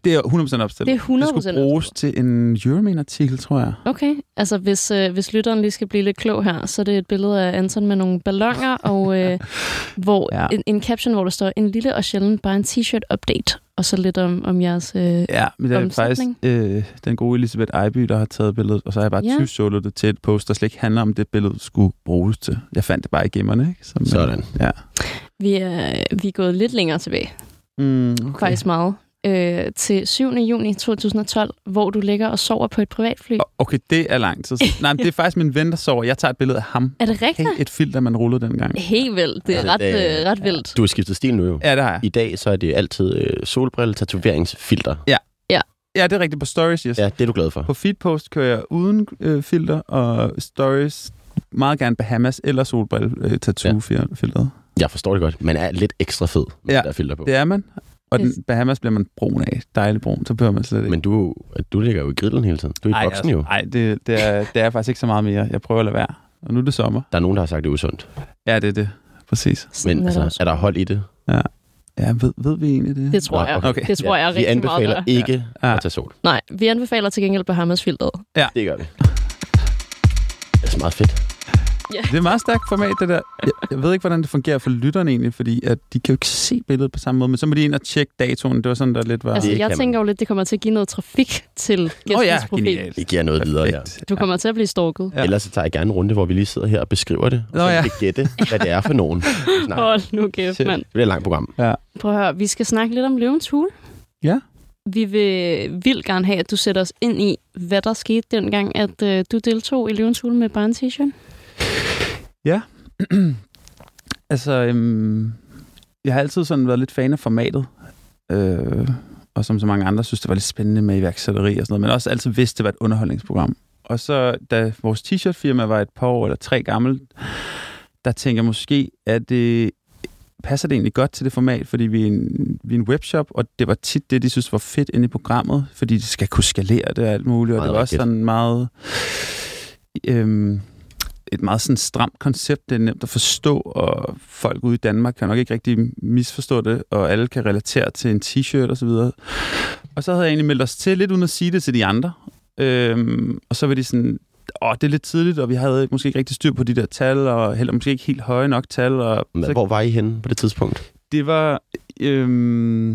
Det er hundrede procent opstillet.
Det er hundrede procent
Det skulle bruges til en Euroman-artikel, tror jeg.
Okay, altså hvis, øh, hvis lytteren lige skal blive lidt klog her, så er det et billede af Anton med nogle balloner, og øh, hvor
ja.
en, en caption, hvor der står, en lille og sjældent bare en t-shirt-update, og så lidt om, om jeres øh,
Ja, men det er faktisk øh, den gode Elisabeth Ejby, der har taget billedet, og så har jeg bare
ja.
tyvsjålet det til et post, der slet ikke handler om det billede, skulle bruges til. Jeg fandt det bare i gemmerne, ikke? Som,
Sådan.
Ja.
Vi er, vi er gået lidt længere tilbage.
Mm, okay.
Faktisk meget. Øh, til syvende juni to tusind og tolv, hvor du ligger og sover på et privatfly.
Okay, det er lang tid. Nej, men det er faktisk min ven, der sover. Jeg tager et billede af ham.
Er det rigtigt?
Hey, et filter, man rullede dengang.
Helt vildt. Det er
altså,
ret,
det,
øh, ret vildt.
Du har skiftet stil nu jo.
Ja, det har jeg.
I dag så er det altid øh, solbrille, tatoveringsfilter.
Ja.
Ja.
Ja, det er rigtigt på stories, yes.
Ja, det er du glad for.
På feedpost kører jeg uden øh, filter, og stories meget gerne Bahamas eller solbrille øh, tattoo-filteret.
Jeg forstår det godt. Man er lidt ekstra fed med
Ja,
der filter på.
Det er man. Og
Yes.
den Bahamas bliver man brun af. Dejlig brun, så behøver man slet ikke.
Men du, du ligger jo i grillen hele tiden. Du er i boksen jo.
Nej, det, det, er, det er faktisk ikke så meget mere. Jeg prøver at lade være. Og nu er det sommer.
Der er nogen, der har sagt, det er usundt.
Ja, det er det. Præcis.
Sådan
Men
er der
altså,
også.
er der hold i det?
Ja, ja ved, ved vi egentlig det?
Det tror
Nå,
jeg.
okay.
Okay.
Det tror jeg er
Vi
rigtig
anbefaler
meget. der.
ikke
Ja.
at tage sol.
Nej, vi anbefaler til gengæld Bahamas-filteret.
Det gør vi. Det er så meget fedt.
Det er meget stærkt format, det der. Jeg, jeg ved ikke, hvordan det fungerer for lytterne egentlig, fordi at de kan jo ikke se billedet på samme måde, men så må de ind og tjekke datoen. Det var sådan, der lidt var...
Altså,
Det
jeg
kan
tænker jo lidt, det kommer til at give noget trafik til gæstens
Åh ja,
profil.
genialt.
Det giver noget videre, ja.
Perfekt.
Du kommer til at blive stalket.
Ja.
Ellers så tager jeg gerne en runde, hvor vi lige sidder her og beskriver det. Og
Nå,
så
ja.
kan vi gætte, hvad det er for nogen.
Hold nu kæft,
Shit.
mand.
Det bliver et langt program.
Ja.
Prøv at høre, vi skal snakke lidt om Løvens Hule.
Ja.
Vi vil vildt gerne have, at du sætter os ind i, hvad der skete dengang, at øh, du deltog i Løvens Hule med bare en t-shirt.
Ja. altså, øhm, jeg har altid sådan været lidt fan af formatet. Øh, og som så mange andre, synes det var lidt spændende med iværksætteri og sådan noget, men også altid vidste, det var et underholdningsprogram. Og så, da vores t-shirt-firma var et par år eller tre gammelt, der tænker jeg måske, at det passer det egentlig godt til det format, fordi vi er en, vi er en webshop, og det var tit det, de synes var fedt inde i programmet, fordi de skal kunne skalere det og alt muligt, og
Meget
det var også
rigtigt.
sådan meget... Øhm, et meget sådan stramt koncept, det er nemt at forstå, og folk ude i Danmark kan nok ikke rigtig misforstå det, og alle kan relatere til en t-shirt og så videre. Og så havde jeg egentlig meldt os til, lidt uden at sige det til de andre. Øhm, og så var de sådan, åh, det er lidt tidligt, og vi havde måske ikke rigtig styr på de der tal, og heller måske ikke helt høje nok tal. Og
Men
så,
hvor var I henne på det tidspunkt?
det var... Øhm,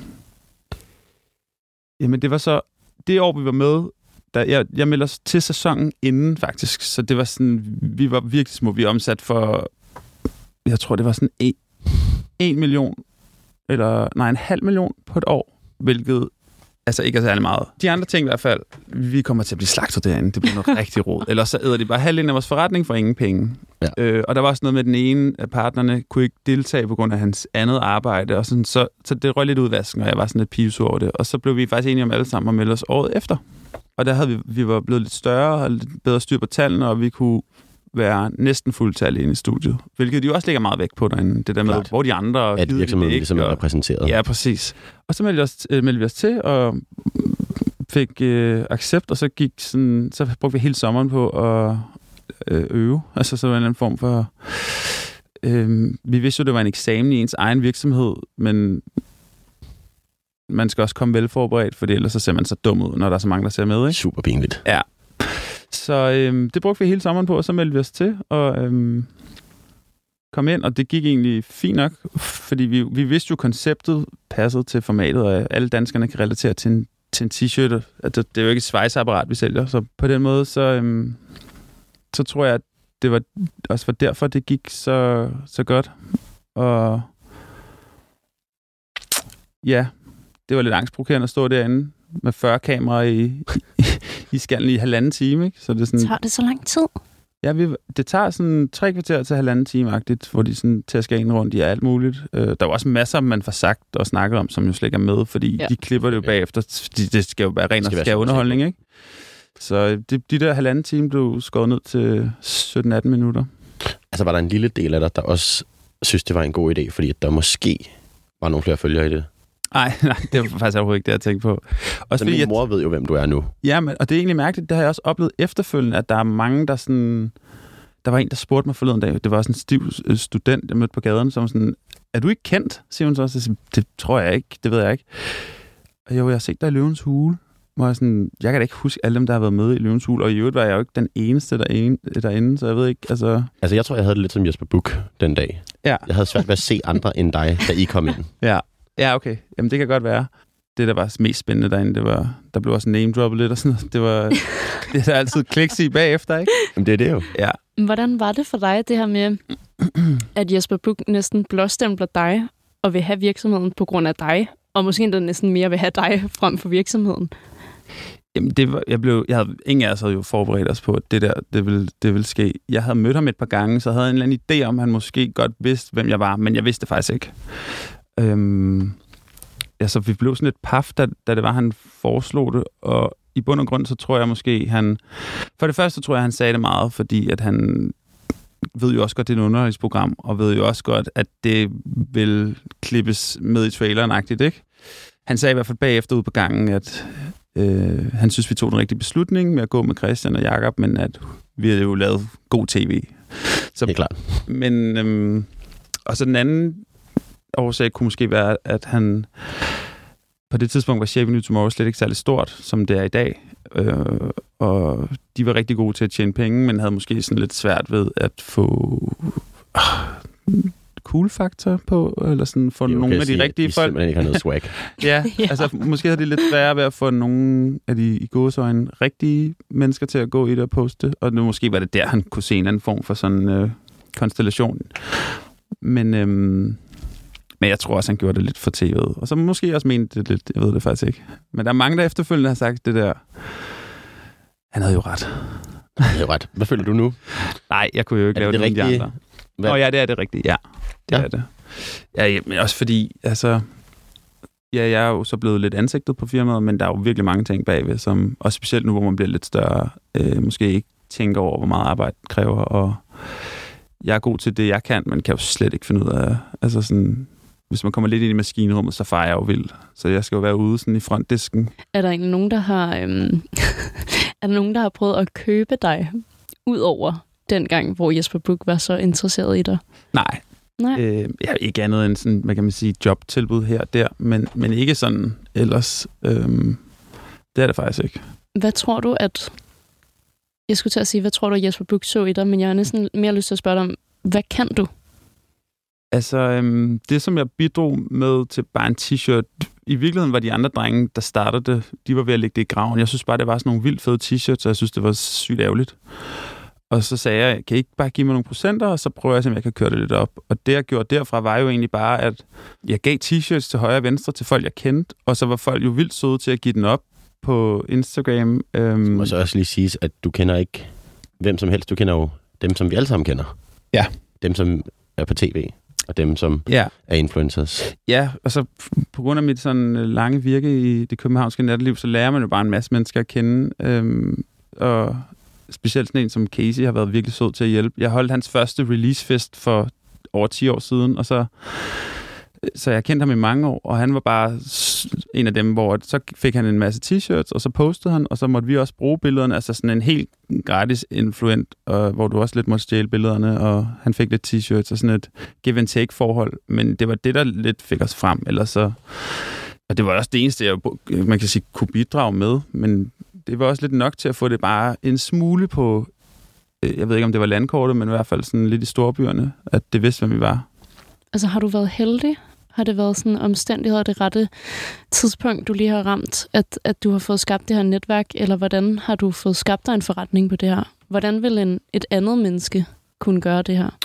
jamen, det var så... Det år, vi var med, der, jeg, jeg meldte os til sæsonen inden, faktisk. Så det var sådan... Vi var virkelig små. Vi omsat for... Jeg tror, det var sådan en, en million, eller nej, en halv million på et år, hvilket altså ikke er særlig meget. De andre ting i hvert fald, vi kommer til at blive slagtet derinde. Det bliver noget rigtig rod. Ellers så æder de bare halvdelen af vores forretning for ingen penge.
Ja.
Øh, og der var også noget med, den ene af partnerne kunne ikke deltage på grund af hans andet arbejde. Og sådan, så, så det røg lidt ud af vasken, og jeg var sådan lidt pivsur over det. Og så blev vi faktisk enige om alle sammen at melde os året efter. Og der havde vi, vi var blevet lidt større og lidt bedre styr på tallene, og vi kunne være næsten fuldtallige inde i studiet. Hvilket de jo også lægger meget væk på derinde. Det der med,
Klart.
hvor de andre...
At virksomheden ligesom er
og,
repræsenteret.
Ja, præcis. Og så meldte vi os, øh, meldte vi os til, og fik øh, accept, og så gik sådan, så brugte vi hele sommeren på at øh, øve. Altså så var en eller anden form for... Øh, vi vidste jo, det var en eksamen i ens egen virksomhed, men man skal også komme velforberedt, for ellers så ser man så dum ud, når der er så mange, der ser med, ikke?
Super pinligt.
Ja. Så øhm, det brugte vi hele sommeren på, og så meldte vi os til, og øhm, kom ind, og det gik egentlig fint nok, fordi vi, vi vidste jo, konceptet passede til formatet, og alle danskerne kan relatere til en, til en t-shirt. Altså, det er jo ikke et svejseapparat, vi sælger, så på den måde, så, øhm, så tror jeg, at det var også var derfor, det gik så, så godt. Og ja, det var lidt angstprovokerende at stå derinde med fyrre kameraer i, i, i skallen i halvanden time, ikke? Så det er sådan...
Tager det så lang tid?
Ja, vi, det tager sådan tre kvarter til halvanden time-agtigt, hvor de sådan tæsker en rundt i alt muligt. Øh, der er også masser, man får sagt og snakket om, som jo slet ikke er med, fordi ja. de klipper det jo bagefter. De, det skal jo være ren og skær underholdning, ikke? Så det, de der halvanden time blev skåret ned til sytten atten minutter.
Altså var der en lille del af dig, der også synes, det var en god idé, fordi der måske var nogle flere følgere i det?
Nej, nej, det var faktisk overhovedet ikke det, jeg tænkte på. Også
så min jeg... mor ved jo, hvem du er nu.
Ja, men, og det er egentlig mærkeligt, det har jeg også oplevet efterfølgende, at der er mange, der sådan... Der var en, der spurgte mig forleden dag, det var sådan en stiv student, jeg mødte på gaden, som sådan, er du ikke kendt? Siger hun så også. Det tror jeg ikke, det ved jeg ikke. jo, jeg har set dig i Løvens Hule. Hvor jeg, sådan, jeg kan da ikke huske alle dem, der har været med i Løvens Hule, og i øvrigt var jeg jo ikke den eneste derinde, derinde så jeg ved ikke, altså...
Altså, jeg tror, jeg havde det lidt som Jesper Buch den dag.
Ja.
Jeg havde svært ved at se andre end dig, da I kom ind.
Ja, ja okay. Jamen, det kan godt være. Det, der var mest spændende derinde, det var... Der blev også name-droppet lidt og sådan noget. Det var... det er der altid kliks i bagefter, ikke?
Jamen, det er det jo.
Ja.
Hvordan var det for dig, det her med, at Jesper Buch næsten blåstempler dig, og vil have virksomheden på grund af dig, og måske endda næsten mere vil have dig frem for virksomheden?
Jamen, det var, jeg blev, jeg havde, ingen af os havde jo forberedt os på, at det der, det ville, det ville ske. Jeg havde mødt ham et par gange, så jeg havde en eller anden idé om, at han måske godt vidste, hvem jeg var, men jeg vidste det faktisk ikke. Øhm, altså, vi blev sådan lidt paf, da, da det var, han foreslog det, og i bund og grund, så tror jeg måske, han... For det første tror jeg, han sagde det meget, fordi at han ved jo også godt, det er et underholdningsprogram, og ved jo også godt, at det vil klippes med i traileren-agtigt, ikke? Han sagde i hvert fald bagefter ude på gangen, at øh, han synes, vi tog den rigtige beslutning med at gå med Christian og Jakob, men at vi havde jo lavet god tv. Så,
det er klart.
Men, øhm, og så den anden årsag kunne måske være, at han på det tidspunkt var Shaping New Tomorrow slet ikke særlig stort, som det er i dag. Øh, og de var rigtig gode til at tjene penge, men havde måske sådan lidt svært ved at få øh, cool faktor på, eller sådan få nogle af de
sige,
rigtige
de
folk.
simpelthen ikke har noget swag.
ja, ja, altså måske havde de lidt sværere ved at få nogle af de i gåseøjne rigtige mennesker til at gå i det og poste, og nu måske var det der, han kunne se en anden form for sådan øh, konstellation. Men, øhm, men jeg tror også, han gjorde det lidt for tv'et. Og så måske også mente det lidt, jeg ved det faktisk ikke. Men der er mange, der efterfølgende har sagt det der, han havde jo ret.
Han havde jo ret. Hvad føler du nu?
Nej, jeg kunne jo ikke
er
lave
det,
det,
det rigtige?
de andre. Nå ja, det er det rigtige, ja. Det
ja.
er det. Ja, ja, men også fordi, altså... Ja, jeg er jo så blevet lidt ansigtet på firmaet, men der er jo virkelig mange ting bagved, som... Og specielt nu, hvor man bliver lidt større, øh, måske ikke tænker over, hvor meget arbejde det kræver, og jeg er god til det, jeg kan, men kan jo slet ikke finde ud af... Altså sådan... Hvis man kommer lidt ind i maskinrummet, så farer jeg jo vildt. Så jeg skal jo være ude sådan i frontdisken.
Er der egentlig nogen, der har... Øhm, er der nogen, der har prøvet at købe dig, ud over den gang, hvor Jesper Buch var så interesseret i dig?
Nej.
Nej.
Øh, jeg har ikke andet end sådan, hvad kan man sige, jobtilbud her og der, men, men ikke sådan ellers. Øhm, det er det faktisk ikke.
Hvad tror du, at... Jeg skulle til at sige, hvad tror du, Jesper Buch så i dig, men jeg har næsten mere lyst til at spørge dig om, hvad kan du?
Altså, øhm, det som jeg bidrog med til bare en t-shirt, i virkeligheden var de andre drenge, der startede det, de var ved at lægge det i graven. Jeg synes bare, det var sådan nogle vildt fede t-shirts, så jeg synes, det var sygt ærgerligt. Og så sagde jeg, kan I ikke bare give mig nogle procenter, og så prøver jeg, om jeg kan køre det lidt op. Og det, jeg gjorde derfra, var jo egentlig bare, at jeg gav t-shirts til højre og venstre til folk, jeg kendte, og så var folk jo vildt søde til at give den op på Instagram. Øhm.
Så må så også lige sige, at du kender ikke hvem som helst. Du kender jo dem, som vi alle sammen kender.
Ja.
Dem, som er på tv, og dem, som
ja.
er influencers.
Ja, og så på grund af mit sådan lange virke i det københavnske natteliv, så lærer man jo bare en masse mennesker at kende. Øhm, og specielt sådan en som Casey har været virkelig sød til at hjælpe. Jeg holdt hans første releasefest for over ti år siden, og så, så jeg kendte ham i mange år, og han var bare en af dem, hvor så fik han en masse t-shirts, og så postede han, og så måtte vi også bruge billederne, altså sådan en helt gratis influent, og, hvor du også lidt måtte stjæle billederne, og han fik lidt t-shirts og sådan et give and take forhold, men det var det, der lidt fik os frem, ellers så... Og det var også det eneste, jeg man kan sige, kunne bidrage med, men det var også lidt nok til at få det bare en smule på, jeg ved ikke, om det var landkortet, men i hvert fald sådan lidt i storbyerne, at det vidste, hvem vi var.
Altså, har du været heldig? Har det været sådan omstændigheder det rette tidspunkt, du lige har ramt, at, at du har fået skabt det her netværk, eller hvordan har du fået skabt dig en forretning på det her? Hvordan vil en, et andet menneske kunne gøre det her?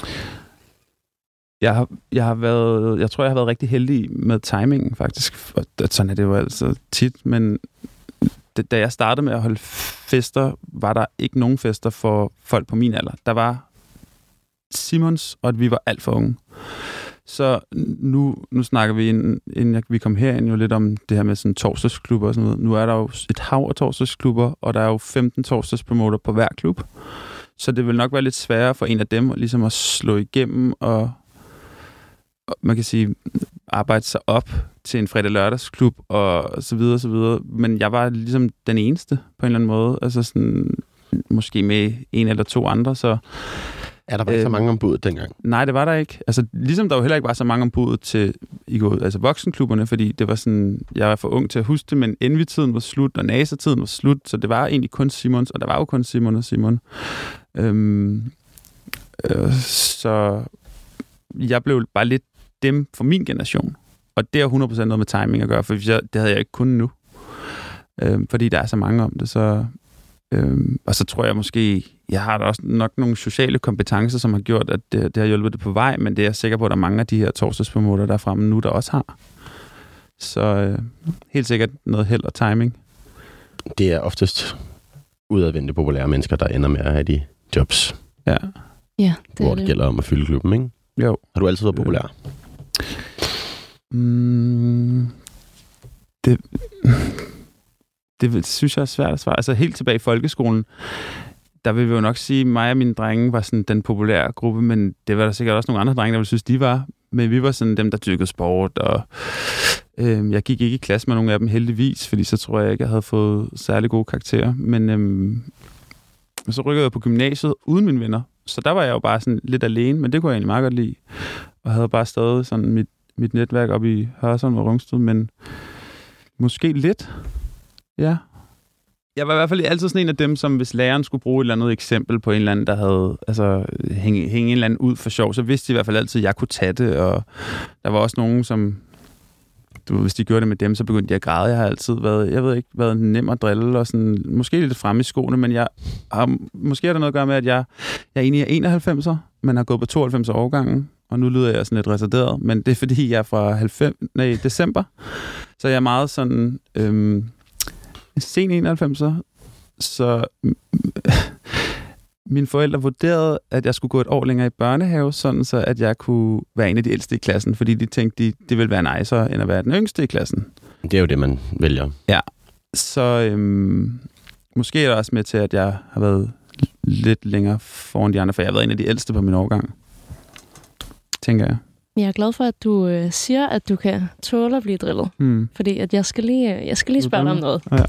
Jeg har, jeg har været, jeg tror, jeg har været rigtig heldig med timingen, faktisk. Og sådan er det jo altså tit, men da jeg startede med at holde fester, var der ikke nogen fester for folk på min alder. Der var Simons, og vi var alt for unge. Så nu, nu snakker vi, inden, inden vi kom herind, jo lidt om det her med sådan torsdagsklubber og sådan noget. Nu er der jo et hav af torsdagsklubber, og der er jo femten torsdagspromoter på hver klub. Så det vil nok være lidt sværere for en af dem ligesom at slå igennem og, og man kan sige, arbejde sig op til en fredag-lørdagsklub og så videre og så videre. Men jeg var ligesom den eneste på en eller anden måde. Altså sådan, måske med en eller to andre, så
Er der bare ikke så mange ombud dengang?
Nej, det var der ikke. Altså, ligesom der jo heller ikke var så mange ombud til i går, altså voksenklubberne, fordi det var sådan, jeg var for ung til at huske det, men Envy-tiden var slut, og NASA-tiden var slut, så det var egentlig kun Simons, og der var jo kun Simon og Simon. Øhm, øh, så jeg blev bare lidt dem for min generation. Og det har hundrede procent noget med timing at gøre, for jeg, det havde jeg ikke kun nu. Øhm, fordi der er så mange om det, så... Øhm, og så tror jeg måske, jeg har da også nok nogle sociale kompetencer, som har gjort, at det, det har hjulpet det på vej, men det er jeg sikker på, at der er mange af de her torsdagspromoter, der er fremme nu, der også har. Så øh, helt sikkert noget held og timing.
Det er oftest udadvendte populære mennesker, der ender med at have de jobs.
Ja.
Ja, det
hvor
er
det, det gælder om at fylde klubben, ikke?
Jo.
Har du altid været populær?
Mm, det... Det synes jeg er svært at svare. Altså helt tilbage i folkeskolen, der vil vi jo nok sige, at mig og mine drenge var sådan den populære gruppe, men det var der sikkert også nogle andre drenge, der ville synes, de var. Men vi var sådan dem, der dyrkede sport, og øh, jeg gik ikke i klasse med nogle af dem heldigvis, fordi så tror jeg ikke, jeg havde fået særlig gode karakterer. Men øh, så rykkede jeg på gymnasiet uden mine venner, så der var jeg jo bare sådan lidt alene, men det kunne jeg egentlig meget godt lide. Og havde bare stadig sådan mit, mit netværk op i Hørsholm og Rungsted, men måske lidt. Ja. Jeg var i hvert fald altid sådan en af dem, som hvis læreren skulle bruge et eller andet eksempel på en eller anden, der havde altså, hænge, hænge en eller anden ud for sjov, så vidste de i hvert fald altid, at jeg kunne tage det, og der var også nogen, som du, hvis de gjorde det med dem, så begyndte de at græde. Jeg har altid været, jeg ved ikke, været nem at drille, og sådan, måske lidt fremme i skoene, men jeg har, måske er der noget at gøre med, at jeg, jeg egentlig er enoghalvfemser, men har gået på tooghalvfems årgangen, og nu lyder jeg sådan lidt retarderet, men det er fordi, jeg er fra halvfems, nej, december, så jeg er meget sådan... Øhm, sen enoghalvfemser, så mine forældre vurderede, at jeg skulle gå et år længere i børnehave, sådan så at jeg kunne være en af de ældste i klassen, fordi de tænkte, de, det ville være nicer, end at være den yngste i klassen.
Det er jo det, man vælger.
Ja, så øhm, måske er det også med til, at jeg har været lidt længere foran de andre, for jeg har været en af de ældste på min årgang, tænker jeg.
Jeg er glad for, at du øh, siger, at du kan tåle at blive drillet. Hmm. Fordi at jeg skal lige, jeg skal lige spørge dig om noget.
Ja.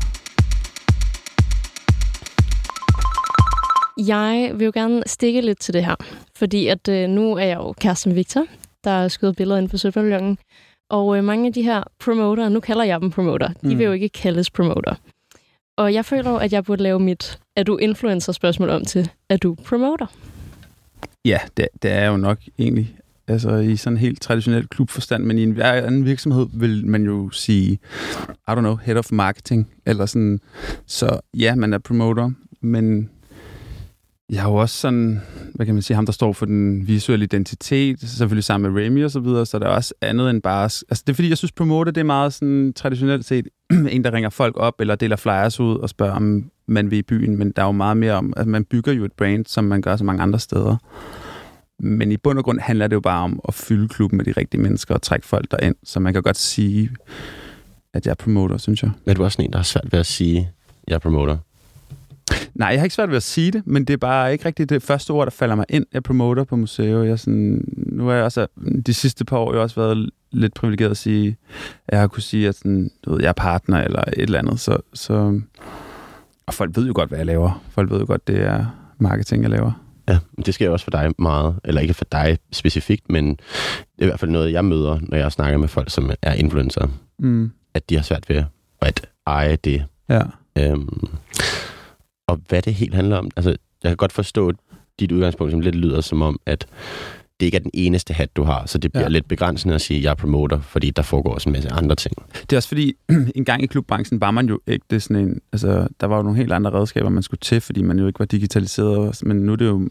Jeg vil jo gerne stikke lidt til det her. Fordi at øh, nu er jeg jo kæreste med Victor, der skyder billeder inden for Søpavillonen. Og øh, mange af de her promoter, nu kalder jeg dem promoter, de hmm. vil jo ikke kaldes promoter. Og jeg føler jo, at jeg burde lave mit, er du influencer spørgsmål om til, er du promoter?
Ja, det, det er jo nok egentlig... Altså i sådan en helt traditionel klubforstand, men i en anden virksomhed vil man jo sige, I don't know, head of marketing, eller sådan. Så ja, man er promoter, men jeg er jo også sådan, hvad kan man sige, ham der står for den visuelle identitet, selvfølgelig sammen med Remy og så videre, så der er også andet end bare... Altså det er fordi, jeg synes, promoter, det er meget sådan traditionelt set, en der ringer folk op, eller deler flyers ud og spørger, om man vil i byen, men der er jo meget mere om, at man bygger jo et brand, som man gør så mange andre steder. Men i bund og grund handler det jo bare om at fylde klubben med de rigtige mennesker og trække folk derind. Så man kan godt sige, at jeg er promoter, synes jeg.
Er du også en, der har svært ved at sige, at jeg er promoter?
Nej, jeg har ikke svært ved at sige det, men det er bare ikke rigtigt det første ord, der falder mig ind. Jeg er promoter på museet. Jeg sådan, nu har jeg også de sidste par år jeg også været lidt privilegeret at sige, at jeg har kunne sige, at sådan, du ved, jeg er partner eller et eller andet. Så, så, og folk ved jo godt, hvad jeg laver. Folk ved jo godt, det er marketing, jeg laver.
Ja, det sker jo også for dig meget, eller ikke for dig specifikt, men det er i hvert fald noget, jeg møder, når jeg snakker med folk, som er influencer, mm. at de har svært ved at eje det.
Ja.
Øhm, og hvad det helt handler om, altså jeg kan godt forstå dit udgangspunkt, som lidt lyder som om, at det ikke er den eneste hat, du har, så det bliver ja. lidt begrænsende at sige, at jeg er promoter, fordi der foregår også en masse andre ting.
Det er også fordi, en gang i klubbranchen var man jo ikke det sådan en, altså der var jo nogle helt andre redskaber, man skulle til, fordi man jo ikke var digitaliseret, men nu er det jo,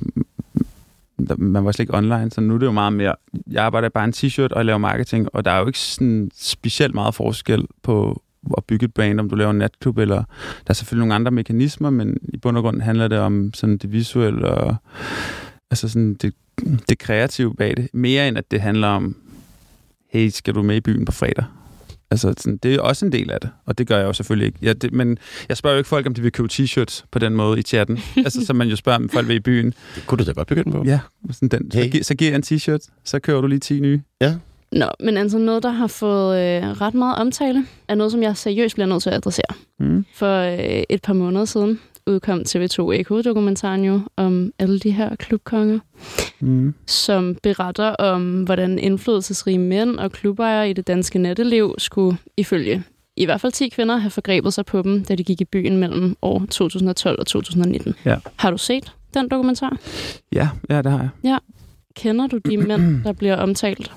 man var slet ikke online, så nu er det jo meget mere, jeg arbejder bare en t-shirt og laver marketing, og der er jo ikke sådan specielt meget forskel på at bygge et brand, om du laver en natklub, eller der er selvfølgelig nogle andre mekanismer, men i bund og grund handler det om sådan det visuelle og altså sådan det det kreative bag det, mere end at det handler om, hey, skal du med i byen på fredag? Altså, sådan, det er også en del af det, og det gør jeg jo selvfølgelig ikke. Ja, det, men jeg spørger jo ikke folk, om de vil købe t-shirts på den måde i chatten. Altså, så man jo spørger, om folk vil i byen.
Det kunne du da godt begynde på.
Ja, sådan den. Hey. Så, så giver jeg en t-shirt, så køber du lige ti nye.
Ja.
Nå, men altså noget, der har fået øh, ret meget omtale, er noget, som jeg seriøst bliver nødt til at adressere. Mm. For øh, et par måneder siden, udkom T V to Eko-dokumentaren jo om alle de her klubkonger, mm. som beretter om, hvordan indflydelsesrige mænd og klubejere i det danske natteliv skulle, ifølge i hvert fald ti kvinder, have forgrebet sig på dem, da de gik i byen mellem år to tusind og tolv og to tusind og nitten.
Ja.
Har du set den dokumentar?
Ja, ja, det har jeg.
Ja. Kender du de mænd, der bliver omtalt?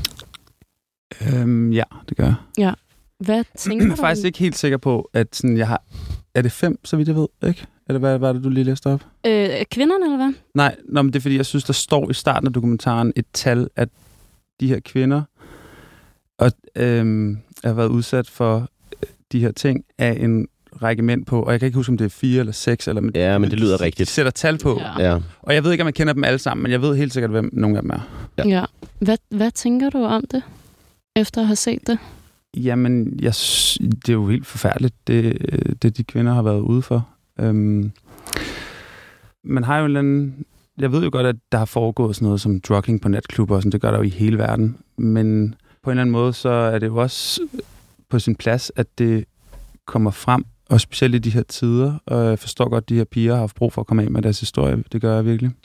Øhm, ja, det gør jeg.
Ja. Hvad tænker du?
Jeg er faktisk ikke helt sikker på, at sådan, jeg har... Er det fem, så vidt jeg ved, ikke? Eller hvad var det, du lige læste op?
Øh, kvinderne, eller hvad?
Nej, nå, men det er fordi, jeg synes, der står i starten af dokumentaren et tal, at de her kvinder og, øhm, har været udsat for de her ting af en række mænd på, og jeg kan ikke huske, om det er fire eller seks. Eller,
ja, men det lyder rigtigt.
De sætter tal på.
Ja. Ja.
Og jeg ved ikke, om jeg kender dem alle sammen, men jeg ved helt sikkert, hvem nogle af dem er.
Ja. ja. Hvad, hvad tænker du om det, efter at have set det? Jamen,
jeg, det er jo helt forfærdeligt, det, det de kvinder har været ude for. Øhm, man har jo en eller anden... Jeg ved jo godt, at der har foregået sådan noget som drugging på natklubber, og sådan, det gør der jo i hele verden. Men på en eller anden måde, så er det jo også på sin plads, at det kommer frem, og specielt i de her tider. Og jeg forstår godt, at de her piger har haft brug for at komme af med deres historie. Det gør jeg virkelig.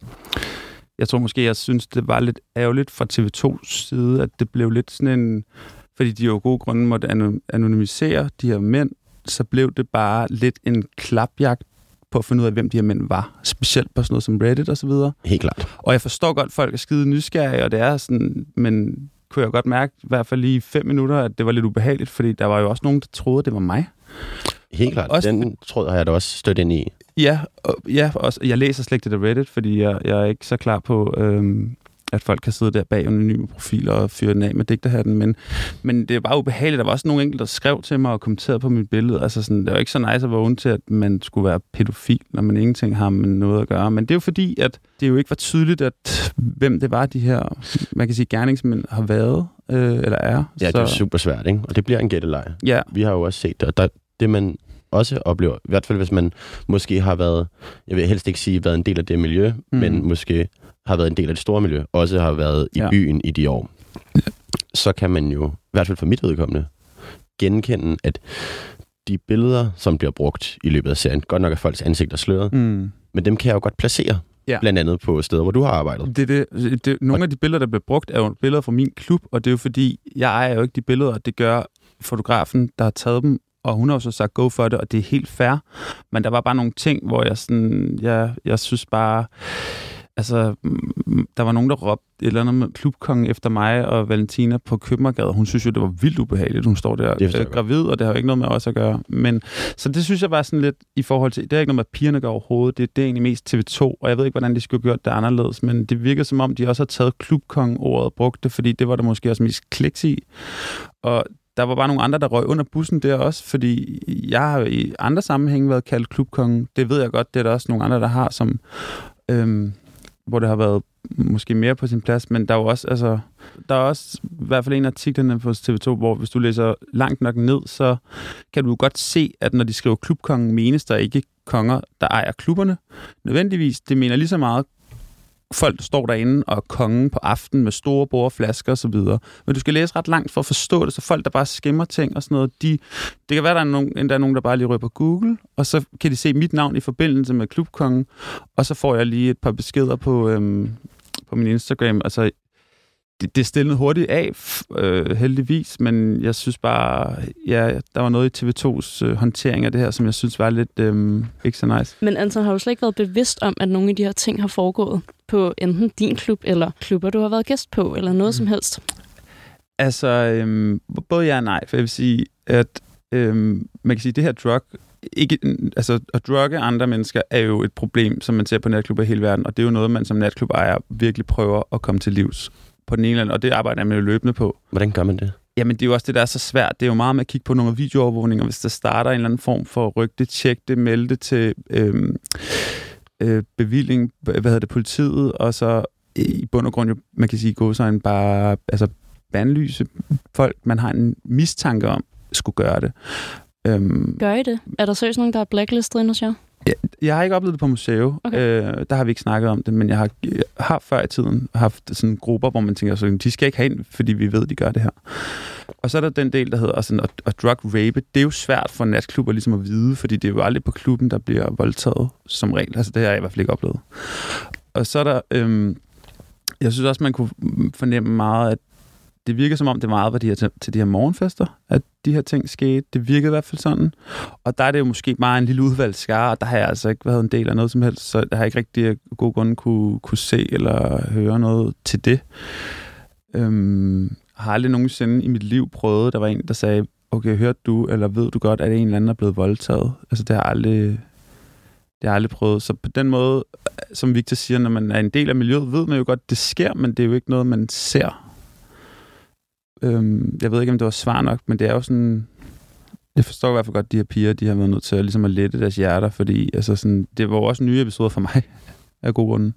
Jeg tror måske, jeg synes, det var lidt ærgerligt fra T V to's side, at det blev lidt sådan en... Fordi de jo gode grunde måtte anonymisere de her mænd, så blev det bare lidt en klapjagt på at finde ud af, hvem de her mænd var. Specielt på sådan noget som Reddit og så videre.
Helt klart.
Og jeg forstår godt, at folk er skide nysgerrige, og det er sådan, men kunne jeg godt mærke, i hvert fald lige fem minutter, at det var lidt ubehageligt, fordi der var jo også nogen, der troede, det var mig.
Helt klart. Også, den tråd har jeg da også stødt ind i.
Ja, og, ja også, jeg læser slet ikke det der Reddit, fordi jeg, jeg er ikke så klar på... Øhm, at folk kan sidde der bag anonyme profiler og fyre den af med digterhatten, men, men det er bare ubehageligt. Der var også nogle enkelte, der skrev til mig og kommenterede på mit billede. Altså sådan, det var ikke så nice at vågne til, at man skulle være pædofil, når man ingenting har med noget at gøre. Men det er jo fordi, at det jo ikke var tydeligt, at hvem det var, de her, man kan sige, gerningsmænd har været, øh, eller er.
Ja, det er super svært, ikke? Og det bliver en gætteleg.
Ja.
Vi har jo også set det, og der, det man også oplever, i hvert fald hvis man måske har været, jeg vil helst ikke sige, været en del af det miljø, mm. men måske har været en del af det store miljø, også har været i ja. byen i de år, ja. så kan man jo, i hvert fald for mit vedkommende, genkende, at de billeder, som bliver brugt i løbet af serien, godt nok er folks ansigter sløret, mm. men dem kan jeg jo godt placere, ja. blandt andet på steder, hvor du har arbejdet.
Det, det, det, nogle og af de billeder, der bliver brugt, er jo billeder fra min klub, og det er jo fordi, jeg ejer jo ikke de billeder, det gør fotografen, der har taget dem, og hun har jo så sagt go for det, og det er helt fair, men der var bare nogle ting, hvor jeg sådan, jeg, jeg synes bare... Altså, der var nogen, der råbte et eller andet med klubkongen efter mig og Valentina på Købmagergade. Hun synes jo, det var vildt ubehageligt. Hun står der øh, gravid, og det har jo ikke noget med os at gøre. Men, så det synes jeg var sådan lidt i forhold til... Det er ikke noget med, at pigerne gør overhovedet. Det, det er egentlig mest T V to, og jeg ved ikke, hvordan de skulle have gjort det anderledes. Men det virker som om, de også har taget klubkongen-ordet og brugt det, fordi det var der måske også mest kliks i. Og der var bare nogle andre, der røg under bussen der også, fordi jeg har i andre sammenhænge været kaldt klubkongen. Det ved jeg godt, det er der også nogle andre, der har, som... Øhm, hvor det har været måske mere på sin plads, men der er jo også, altså, der er også i hvert fald en af artiklerne på T V to, hvor hvis du læser langt nok ned, så kan du jo godt se, at når de skriver klubkongen, menes der ikke konger, der ejer klubberne. Nødvendigvis, det mener lige så meget folk, der står derinde og er kongen på aftenen med store bord, flasker osv. Men du skal læse ret langt for at forstå det, så folk, der bare skimmer ting og sådan noget, de, det kan være, der er nogen, endda nogen, der bare lige rører på Google, og så kan de se mit navn i forbindelse med klubkongen, og så får jeg lige et par beskeder på, øhm, på min Instagram. Altså, det, det stillede hurtigt af, øh, heldigvis, men jeg synes bare, ja, der var noget i T V to's øh, håndtering af det her, som jeg synes var lidt øh, ikke så nice.
Men Anton, har du slet ikke været bevidst om, at nogle af de her ting har foregået på enten din klub, eller klubber, du har været gæst på, eller noget mm. som helst?
Altså, øhm, både ja og nej, for jeg vil sige, at øhm, man kan sige, at det her drug, ikke, altså at drugge andre mennesker, er jo et problem, som man ser på natklubber i hele verden, og det er jo noget, man som natklubejer virkelig prøver at komme til livs på den ene eller anden, og det arbejder man jo løbende på.
Hvordan gør man det?
Jamen, det er jo også det, der er så svært. Det er jo meget med at kigge på nogle videoovervågninger, hvis der starter en eller anden form for rygte, tjek det, melde det til øhm, øh, bevilling, hvad hedder det, politiet, og så i bund og grund jo, man kan sige, gå så en bare, altså bandlyse folk, man har en mistanke om, skulle gøre det. Øhm,
Gør I det? Er der seriøst nogen, der er blacklistet ind hos jer?
Jeg, jeg har ikke oplevet det på museum. Okay. Øh, der har vi ikke snakket om det, men jeg har, jeg har før i tiden haft sådan grupper, hvor man tænker, så de skal ikke have ind, fordi vi ved, de gør det her. Og så er der den del, der hedder sådan, at, at drug rape. Det er jo svært for natklubber ligesom at vide, fordi det er jo aldrig på klubben, der bliver voldtaget som regel. Altså det har jeg i hvert fald ikke oplevet. Og så er der... Øhm, jeg synes også, man kunne fornemme meget, at det virker som om, det meget var de her, til, til de her morgenfester, at de her ting skete. Det virkede i hvert fald sådan. Og der er det jo måske bare en lille udvalgt skare, og der har jeg altså ikke været en del af noget som helst, så der har jeg ikke rigtig af god grund kunne, kunne se eller høre noget til det. Øhm, har aldrig nogensinde i mit liv prøvet, der var en, der sagde, okay, hørte du, eller ved du godt, at en eller anden er blevet voldtaget? Altså, det har jeg aldrig, det har jeg aldrig prøvet. Så på den måde, som Victor siger, når man er en del af miljøet, ved man jo godt, det sker, men det er jo ikke noget, man ser. Øhm, jeg ved ikke, om det var svar nok, men det er jo sådan... Jeg forstår i hvert fald godt, at de her piger, de har været nødt til at, ligesom at lette deres hjerter, fordi altså sådan, det var også nye episoder for mig af god grund.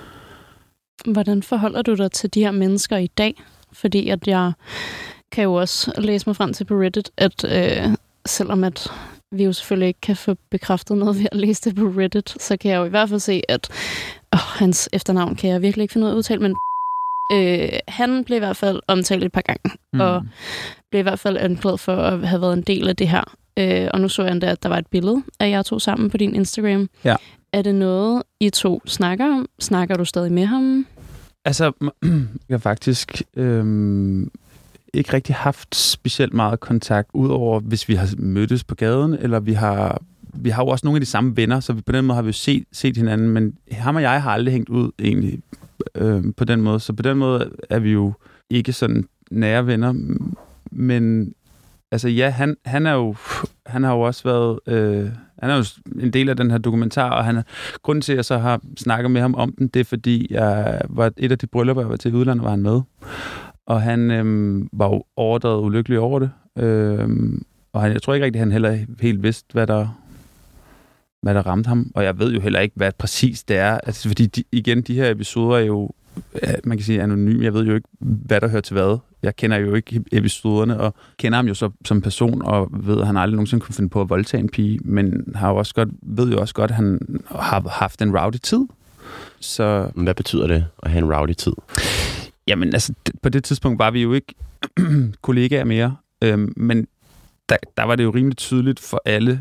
Hvordan forholder du dig til de her mennesker i dag? Fordi at jeg kan jo også læse mig frem til på Reddit, at øh, selvom at vi jo selvfølgelig ikke kan få bekræftet noget ved at læse det på Reddit, så kan jeg jo i hvert fald se, at åh, hans efternavn kan jeg virkelig ikke finde ud af at udtale, men øh, han blev i hvert fald omtalt et par gange, mm. og blev i hvert fald anklaget for at have været en del af det her. Øh, og nu så jeg endda, at der var et billede af jer to sammen på din Instagram. Ja. Er det noget, I to snakker om? Snakker du stadig med ham?
Altså, jeg har faktisk øhm, ikke rigtig haft specielt meget kontakt, udover hvis vi har mødtes på gaden, eller vi har, vi har jo også nogle af de samme venner, så vi, på den måde har vi jo set, set hinanden, men ham og jeg har aldrig hængt ud egentlig øhm, på den måde. Så på den måde er vi jo ikke sådan nære venner, men altså ja, han, han er jo han har jo også været øh, han er jo en del af den her dokumentar, og han er, grunden til, at jeg så har snakket med ham om den, det er, fordi jeg var et af de bryllupper, jeg var til i udlandet, var han med. Og han øh, var jo overdrevet ulykkelig over det. Øh, og han, jeg tror ikke rigtig, han heller helt vidste, hvad der, hvad der ramte ham. Og jeg ved jo heller ikke, hvad præcis det er. Altså, fordi de, igen, de her episoder er jo, man kan sige, anonym. Jeg ved jo ikke, hvad der hører til hvad. Jeg kender jo ikke episoderne, og kender ham jo så, som person, og ved, at han aldrig nogensinde kunne finde på at voldtage en pige, men har jo også godt, ved jo også godt, at han har haft en rowdy tid. Så...
Hvad betyder det at have en rowdy tid?
Jamen, altså, på det tidspunkt var vi jo ikke kollegaer mere, øhm, men der, der var det jo rimelig tydeligt for alle,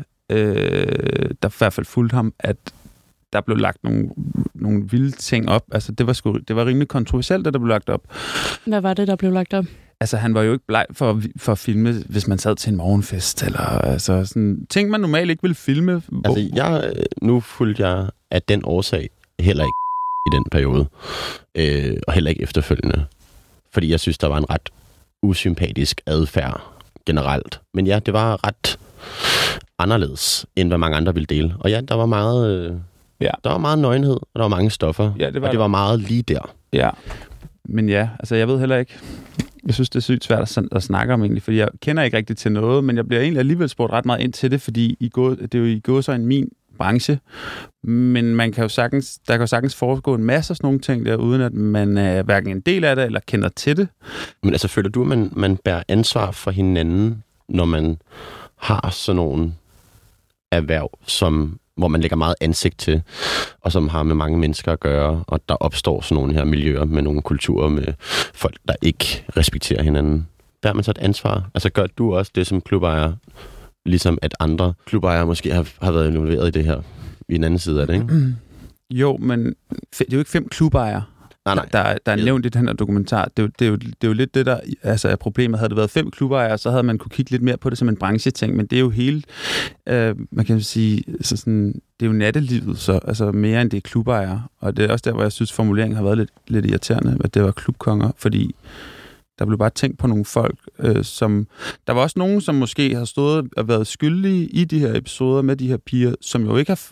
øh, der i hvert fald fulgte ham, at der blev lagt nogle, nogle vilde ting op. Altså, det var, sgu, det var rimelig kontroversielt, det der blev lagt op.
Hvad var det, der blev lagt op?
Altså, han var jo ikke bleg for, for at filme, hvis man sad til en morgenfest, eller altså sådan ting, man normalt ikke ville filme.
Altså, jeg, nu fulgte jeg af den årsag heller ikke i den periode, øh, og heller ikke efterfølgende. Fordi jeg synes, der var en ret usympatisk adfærd generelt. Men ja, det var ret anderledes, end hvad mange andre ville dele. Og ja, der var meget... Øh, Ja. Der var meget nøgenhed, og der var mange stoffer, ja, det var og det var meget lige der.
Ja, men ja, altså jeg ved heller ikke, jeg synes, det er sygt svært at, at snakke om egentlig, fordi jeg kender ikke rigtig til noget, men jeg bliver egentlig alligevel spurgt ret meget ind til det, fordi I går, det er jo i går så en min branche, men man kan jo sagtens, der kan jo sagtens foregå en masse af sådan nogle ting der, uden at man er hverken en del af det, eller kender til det.
Men altså, føler du, at man, man bærer ansvar for hinanden, når man har sådan nogle erhverv, som hvor man lægger meget ansigt til, og som har med mange mennesker at gøre, og der opstår sådan nogle her miljøer med nogle kulturer med folk, der ikke respekterer hinanden. Der er man så et ansvar. Altså gør du også det som klubejer, ligesom at andre klubejere måske har, har været involveret i det her, i den anden side af det, ikke?
Jo, men det er jo ikke fem klubejere, nej, nej. der, der er nævnt i den her dokumentar. Det er, jo, det, er jo, det er jo lidt det, der altså, er problemet. Havde det været fem klubejere, så havde man kunne kigge lidt mere på det som en brancheting, men det er jo hele, øh, man kan sige, så sådan, det er jo nattelivet, så altså mere end det er klubejere. Og det er også der, hvor jeg synes, formuleringen har været lidt, lidt irriterende, at det var klubkonger, fordi der blev bare tænkt på nogle folk, øh, som... Der var også nogen, som måske har stået og været skyldige i de her episoder med de her piger, som jo ikke har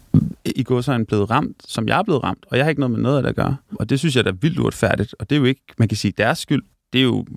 i går så er han blevet ramt, som jeg er blevet ramt, og jeg har ikke noget med noget af det at gøre. Og det synes jeg, der er vildt uretfærdigt, og det er jo ikke, man kan sige, deres skyld. Det er jo,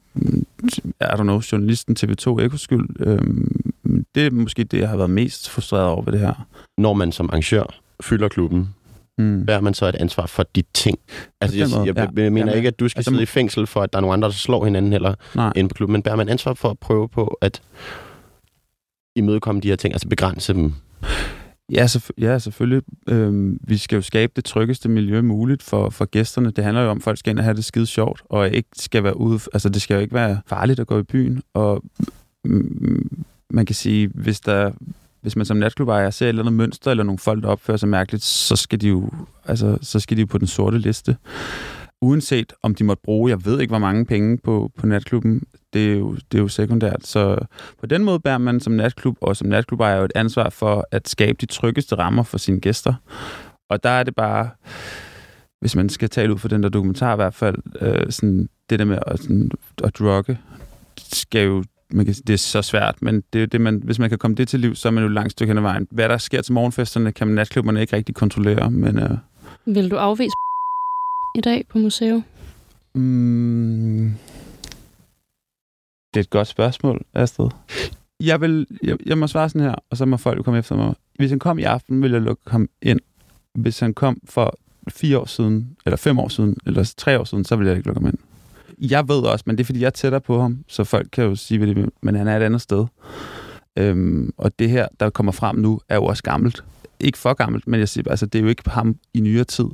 I don't know, journalisten T V to Ekos skyld. Øhm, det er måske det, jeg har været mest frustreret over ved det her.
Når man som arrangør fylder klubben, mm. bærer man så et ansvar for de ting? Altså, jeg, jeg, jeg, jeg mener ja, ikke, at du skal altså, sidde i fængsel for, at der er nogle andre, der slår hinanden eller inde på klubben, men bærer man ansvar for at prøve på at imødekomme de her ting, altså begrænse dem?
Ja, selvfø- ja selvfølgelig. Øhm, vi skal jo skabe det tryggeste miljø muligt for, for gæsterne. Det handler jo om, at folk skal ind og have det skide sjovt, og ikke skal være ude. Altså, det skal jo ikke være farligt at gå i byen. Og mm, man kan sige, hvis der hvis man som natklubejer ser et eller andet mønster, eller nogle folk, der opfører sig mærkeligt, så skal de jo, altså, så skal de jo på den sorte liste. Uanset om de måtte bruge, jeg ved ikke, hvor mange penge på, på natklubben, det er, jo, det er jo sekundært. Så på den måde bærer man som natklub, og som natklubejer jo et ansvar for at skabe de tryggeste rammer for sine gæster. Og der er det bare, hvis man skal tale ud for den der dokumentar i hvert fald, øh, sådan, det der med at, sådan, at drugge, skal jo, man kan, det er så svært, men det er det, man, hvis man kan komme det til liv, så er man jo et langt stykke hen ad vejen. Hvad der sker til morgenfesterne, kan man natklubberne ikke rigtig kontrollere, men... Øh,
Vil du afvise i dag på museet?
Mm, det er et godt spørgsmål, Astrid. Jeg, vil, jeg, jeg må svare sådan her, og så må folk komme efter mig. Hvis han kom i aften, vil jeg lukke ham ind. Hvis han kom for fire år siden, eller fem år siden, eller tre år siden, så vil jeg ikke lukke ham ind. Jeg ved også, men det er, fordi jeg er tættere på ham, så folk kan jo sige, hvad de vil, men han er et andet sted. Øhm, og det her, der kommer frem nu, er jo også gammelt. Ikke for gammelt, men jeg siger, altså, det er jo ikke ham i nyere tid.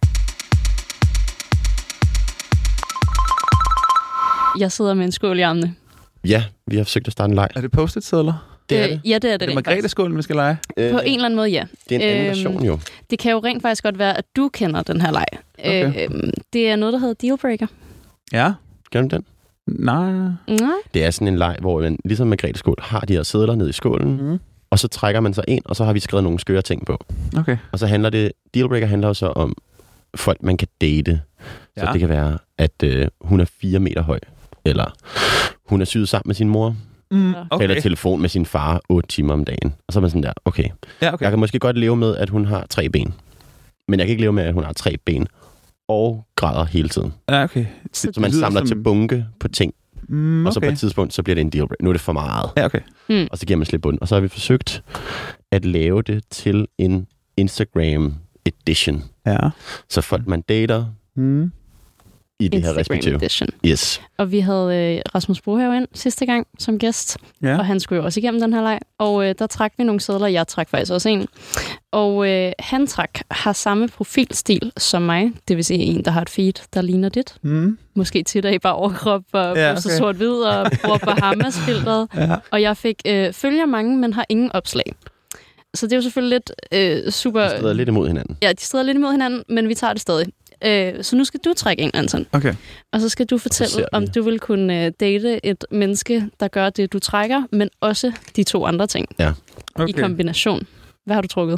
Jeg sidder med en skål i armene.
Ja, vi har forsøgt at starte en leg.
Er det post-it-sedler?
Det er det.
Ja, det er det.
Er det Margrethe-skålen, vi skal lege?
Øh, på en eller anden måde, ja.
Det er en anden version, jo.
Det kan jo rent faktisk godt være, at du kender den her leg.
Okay.
Øh, det er noget, der hedder Dealbreaker.
Ja.
Kender du den?
Nej.
Nej.
Det er sådan en leg, hvor man, ligesom Margrethe skål, har de her sedler nede i skålen, mm. og så trækker man sig ind, og så har vi skrevet nogle skøre ting på.
Okay.
Og så handler det, Dealbreaker handler jo så om folk, man kan date. Så ja. Det kan være, at øh, hun er fire meter høj, eller hun er syet sammen med sin mor,
mm, okay.
eller telefon med sin far otte timer om dagen. Og så er man sådan der, okay.
Ja, okay.
Jeg kan måske godt leve med, at hun har tre ben. Men jeg kan ikke leve med, at hun har tre ben og græder hele tiden.
Ja, okay.
Så, så man samler som... til bunke på ting.
Mm, okay.
Og så på et tidspunkt, så bliver det en dealbreaker. Nu er det for meget.
Ja, okay.
Mm.
Og så giver man slip på den. Og så har vi forsøgt at lave det til en Instagram edition.
Ja.
Så folk, man dater
mm.
i det her respektive.
Edition.
Yes.
Og vi havde øh, Rasmus Brohave ind sidste gang som gæst.
Ja.
Og han skulle jo også igennem den her leg. Og øh, der trak vi nogle sedler. Jeg trak faktisk også en. Og øh, han trak har samme profilstil som mig. Det vil sige en, der har et feed, der ligner dit.
Mm.
Måske tit i bare overkrop og
ja, okay.
så sort-hvid og bruger Bahamas-filteret. Ja. Og jeg fik øh, følger mange, men har ingen opslag. Så det er jo selvfølgelig lidt øh, super...
De strider lidt imod hinanden.
Ja, de strider lidt imod hinanden, men vi tager det stadig. Øh, så nu skal du trække en, Anton.
Okay.
Og så skal du fortælle, om du vil kunne øh, date et menneske, der gør det, du trækker, men også de to andre ting.
Ja.
Okay.
I kombination. Hvad har du trukket?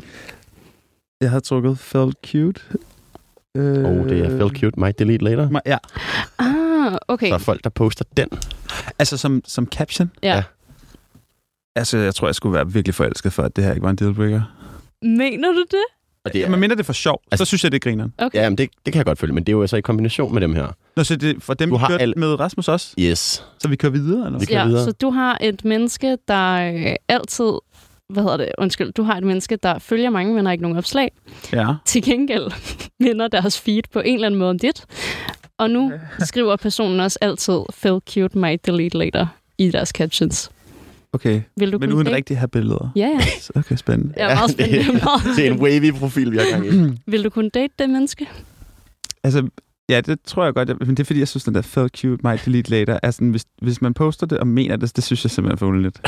Jeg har trukket Felt Cute.
Øh... Oh, det er Felt Cute, might delete later.
My, ja.
Ah, okay.
Så folk, der poster den.
Altså som, som caption?
Ja. ja.
Altså, jeg tror, jeg skulle være virkelig forelsket for, at det her ikke var en dealbreaker.
Mener du det?
Og det er... Men mindre det er for sjov, altså, så synes jeg, det er grineren.
Okay.
Ja, men det, det kan jeg godt følge, men det er jo så i kombination med dem her.
Nå, så det for dem, du har al... med Rasmus også?
Yes.
Så vi kører videre, eller?
Vi kører
ja,
videre.
Så du har et menneske, der øh, altid... Hvad hedder det? Undskyld. Du har et menneske, der følger mange, men har ikke nogen opslag.
Ja.
Til gengæld vinder deres feed på en eller anden måde om dit. Og nu skriver personen også altid felt cute, might delete later i deres captions.
Okay,
vil du
men uden rigtig have billeder?
Ja, ja.
Okay, spændende.
Ja, meget spændende.
Ja, det, er, det er en wavy profil, vi har gang i.
Vil du kunne date det menneske?
Altså, ja, det tror jeg godt. Jeg, men det er fordi, jeg synes, den der felt cute, might delete later, er sådan, hvis, hvis man poster det og mener det, det synes jeg simpelthen er for underligt.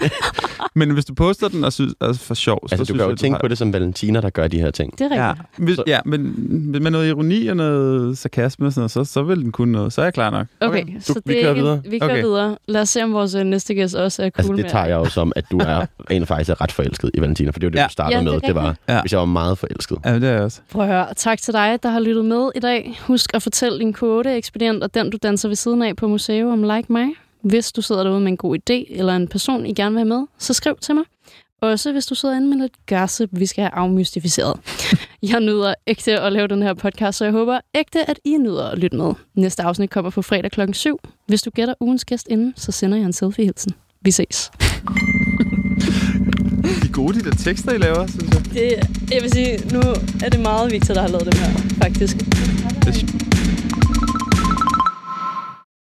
Men hvis du poster den og synes er for sjov, så
altså,
synes
du kan jo
jeg,
tænke
har...
på det som Valentina, der gør de her ting.
Det er rigtigt.
Ja, hvis, ja men med noget ironi og noget sarkasme og sådan noget, så, så vil den kunne noget. Så er jeg klar nok.
Okay, okay. Så
du,
det
vi kører
ikke,
videre.
Vi kører okay. videre. Lad os se, om vores næste gæst også er cool
altså, det
med.
tager jeg jo som, at du er en faktisk er ret forelsket i Valentina, for det var det, ja. du startede
ja, det
med. Det var, ja. hvis jeg var meget forelsket.
Ja, det er jeg også.
Prøv at høre. Tak til dig, der har lyttet med i dag. Husk at fortælle din kode-ekspedient og den, du danser ved siden af på museet om Like Mig. Hvis du sidder derude med en god idé, eller en person, I gerne vil have med, så skriv til mig. Også hvis du sidder inde med lidt gossip, vi skal have afmystificeret. Jeg nyder ægte at lave den her podcast, så jeg håber ægte, at I nyder at lytte med. Næste afsnit kommer på fredag klokken syv. Hvis du gætter ugens gæst inden, så sender jeg en selfie-hilsen. Vi ses.
De gode, de der tekster, I laver, synes jeg.
Det, jeg vil sige, nu er det meget Victor, der har lavet dem her, faktisk.
Det